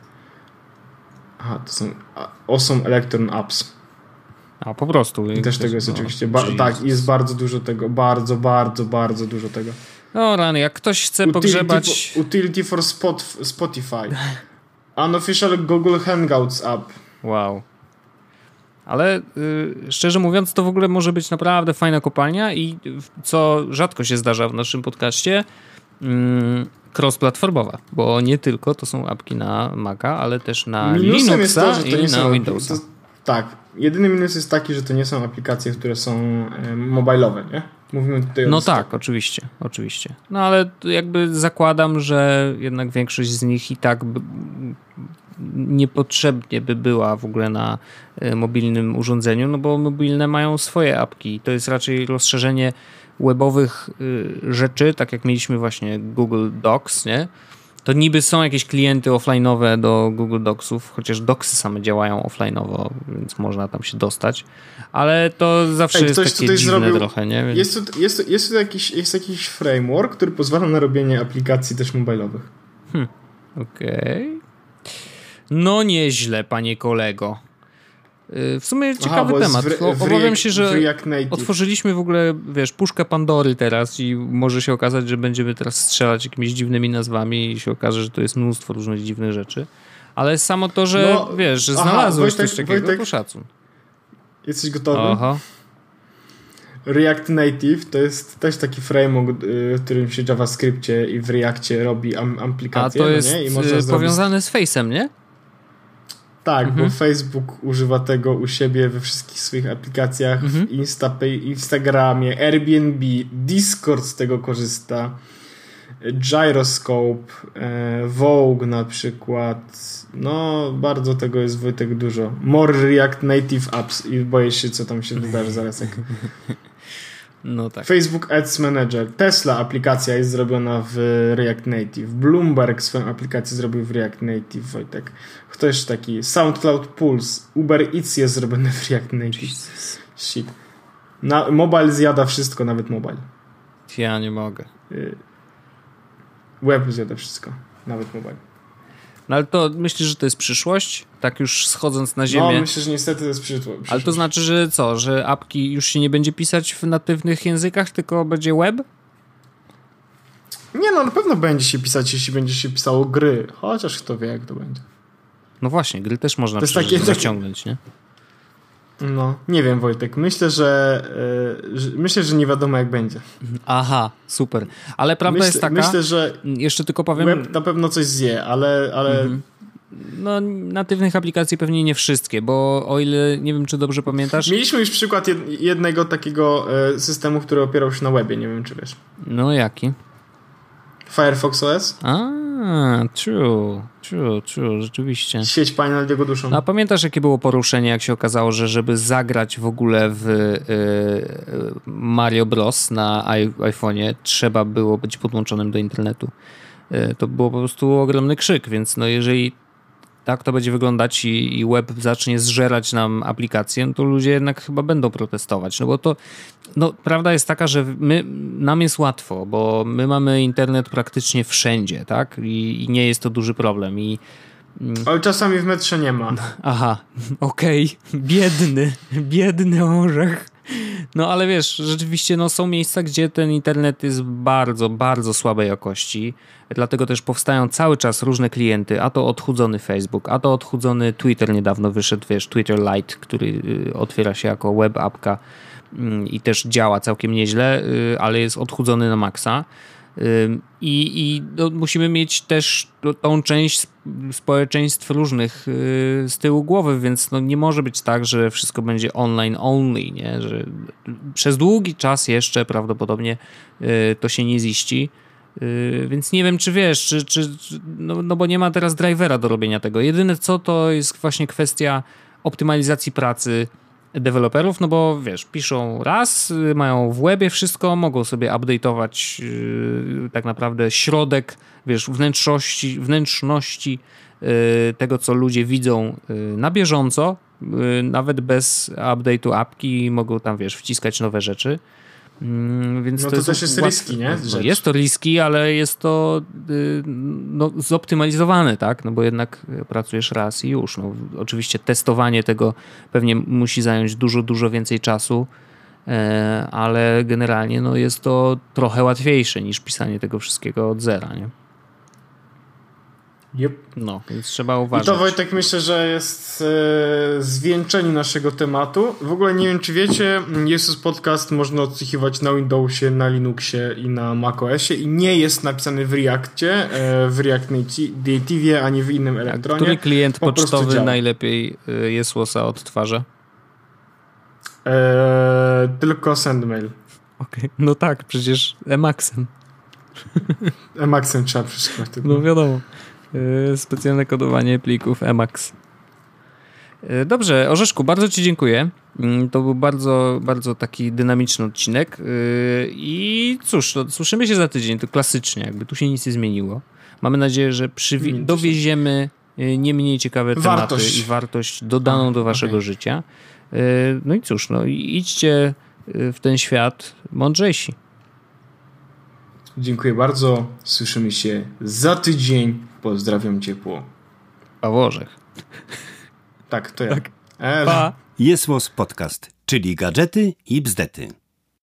B: to są Awesome Electron Apps.
A: A po prostu.
B: I też tego jest oczywiście. Tak, jest bardzo dużo tego. Bardzo, bardzo, bardzo dużo tego.
A: No rany, jak ktoś chce pogrzebać...
B: Utility for Spotify. Unofficial Google Hangouts app.
A: Wow. Ale szczerze mówiąc, to w ogóle może być naprawdę fajna kopalnia i co rzadko się zdarza w naszym podcaście, cross-platformowa, bo nie tylko to są apki na Maca, ale też na Linuxa i na Windowsa.
B: Tak. Jedyny minus jest taki, że to nie są aplikacje, które są mobilowe, nie? Mówimy tutaj o
A: tak, oczywiście. No ale jakby zakładam, że jednak większość z nich i tak niepotrzebnie by była w ogóle na mobilnym urządzeniu, no bo mobilne mają swoje apki. To jest raczej rozszerzenie webowych rzeczy, tak jak mieliśmy właśnie Google Docs, nie? To niby są jakieś klienty offline'owe do Google Docsów, chociaż Docsy same działają offline'owo, więc można tam się dostać, ale to zawsze jest takie dziwne trochę, nie? Więc...
B: Jest jakiś framework, który pozwala na robienie aplikacji też mobilowych.
A: Okej. No nieźle, panie kolego. W sumie ciekawy temat. Obawiam się, że otworzyliśmy w ogóle, puszkę Pandory teraz i może się okazać, że będziemy teraz strzelać jakimiś dziwnymi nazwami i się okaże, że to jest mnóstwo różnych dziwnych rzeczy. Ale samo to, że że znalazłeś coś takiego, to szacun.
B: Jesteś gotowy? Aha. React Native to jest też taki framework, w którym się w JavaScriptie i w Reactie robi aplikacje.
A: A to jest I można powiązane z Face'em, nie?
B: Tak, bo Facebook używa tego u siebie we wszystkich swoich aplikacjach, w Instagramie, Airbnb, Discord z tego korzysta. Gyroscope, Vogue na przykład. No, bardzo tego jest, Wojtek, dużo. More React Native apps i boję się, co tam się wydarzy zaraz.
A: No tak.
B: Facebook Ads Manager, Tesla aplikacja jest zrobiona w React Native, Bloomberg swoją aplikację zrobił w React Native, Wojtek. Kto jeszcze taki? SoundCloud Pulse, Uber Eats jest zrobiony w React Native. Shit. Mobile zjada wszystko, nawet mobile.
A: Ja nie mogę.
B: Web zjada wszystko, nawet mobile.
A: No ale to myślisz, że to jest przyszłość? Tak już schodząc na ziemię?
B: No, myślę, że niestety to jest przyszłość.
A: Ale to znaczy, że co? Że apki już się nie będzie pisać w natywnych językach, tylko będzie web?
B: Nie, no na pewno będzie się pisać, jeśli będzie się pisało gry. Chociaż kto wie, jak to będzie.
A: No właśnie, gry też można zaciągnąć, nie?
B: No, nie wiem, Wojtek. Myślę, że nie wiadomo, jak będzie.
A: Aha, super. Ale prawda jest taka...
B: Myślę, że
A: jeszcze tylko powiem...
B: web na pewno coś zje, ale...
A: No, natywnych aplikacji pewnie nie wszystkie, bo o ile, nie wiem, czy dobrze pamiętasz...
B: Mieliśmy już przykład jednego takiego systemu, który opierał się na webie, nie wiem, czy wiesz.
A: No, jaki?
B: Firefox OS.
A: True, rzeczywiście.
B: Sieć pani nad jego duszą.
A: A pamiętasz, jakie było poruszenie, jak się okazało, że żeby zagrać w ogóle w Mario Bros. Na iPhone'ie trzeba było być podłączonym do internetu. To było po prostu ogromny krzyk, więc no jeżeli tak to będzie wyglądać i web zacznie zżerać nam aplikację, no to ludzie jednak chyba będą protestować, no bo to, no prawda jest taka, że nam jest łatwo, bo my mamy internet praktycznie wszędzie, tak? I nie jest to duży problem
B: ale czasami w metrze nie ma.
A: Aha, okej. Biedny orzech. No ale wiesz, rzeczywiście no, są miejsca, gdzie ten internet jest bardzo, bardzo słabej jakości. Dlatego też powstają cały czas różne klienty, a to odchudzony Facebook, a to odchudzony Twitter niedawno wyszedł, wiesz, Twitter Lite, który otwiera się jako web appka i też działa całkiem nieźle, ale jest odchudzony na maksa. I no, musimy mieć też tą część społeczeństw różnych z tyłu głowy, więc no, nie może być tak, że wszystko będzie online only, nie? Że przez długi czas jeszcze prawdopodobnie to się nie ziści, więc nie wiem, czy wiesz, no bo nie ma teraz drivera do robienia tego. Jedyne co to jest właśnie kwestia optymalizacji pracy deweloperów, no bo wiesz, piszą raz, mają w webie wszystko, mogą sobie update'ować tak naprawdę środek, wiesz, wnętrzności tego, co ludzie widzą na bieżąco, nawet bez update'u apki, mogą tam, wiesz, wciskać nowe rzeczy. Więc
B: no to też jest risky, nie?
A: No jest to risky, ale jest to no, zoptymalizowane, tak? No bo jednak pracujesz raz i już. No, oczywiście testowanie tego pewnie musi zająć dużo więcej czasu, ale generalnie no, jest to trochę łatwiejsze niż pisanie tego wszystkiego od zera, nie?
B: Yep.
A: No, więc trzeba uważać.
B: I to, Wojtek, myślę, że jest zwieńczenie naszego tematu. W ogóle nie wiem, czy wiecie, Jesus Podcast można odsłuchiwać na Windowsie, na Linuxie i na macOSie i nie jest napisany w Reactie, w React Native, ani w innym elektronie.
A: Który klient pocztowy najlepiej Jezusa odtwarza?
B: Tylko SendMail.
A: Okej. No tak, przecież Emacsem.
B: Emacsem trzeba przeszkać.
A: No wiadomo. Specjalne kodowanie plików Emacs. Dobrze, Orzeszku, bardzo ci dziękuję. To był bardzo, bardzo taki dynamiczny odcinek. I cóż, to słyszymy się za tydzień, to klasycznie, jakby tu się nic nie zmieniło. Mamy nadzieję, że dowieziemy nie mniej ciekawe tematy i wartość dodaną do waszego życia. No i cóż, no idźcie w ten świat mądrzejsi.
B: Dziękuję bardzo. Słyszymy się za tydzień. Pozdrawiam ciepło.
A: Paweł Orzech.
B: Tak, to ja.
A: Tak. Pa.
C: Jest Podcast, czyli gadżety i bzdety.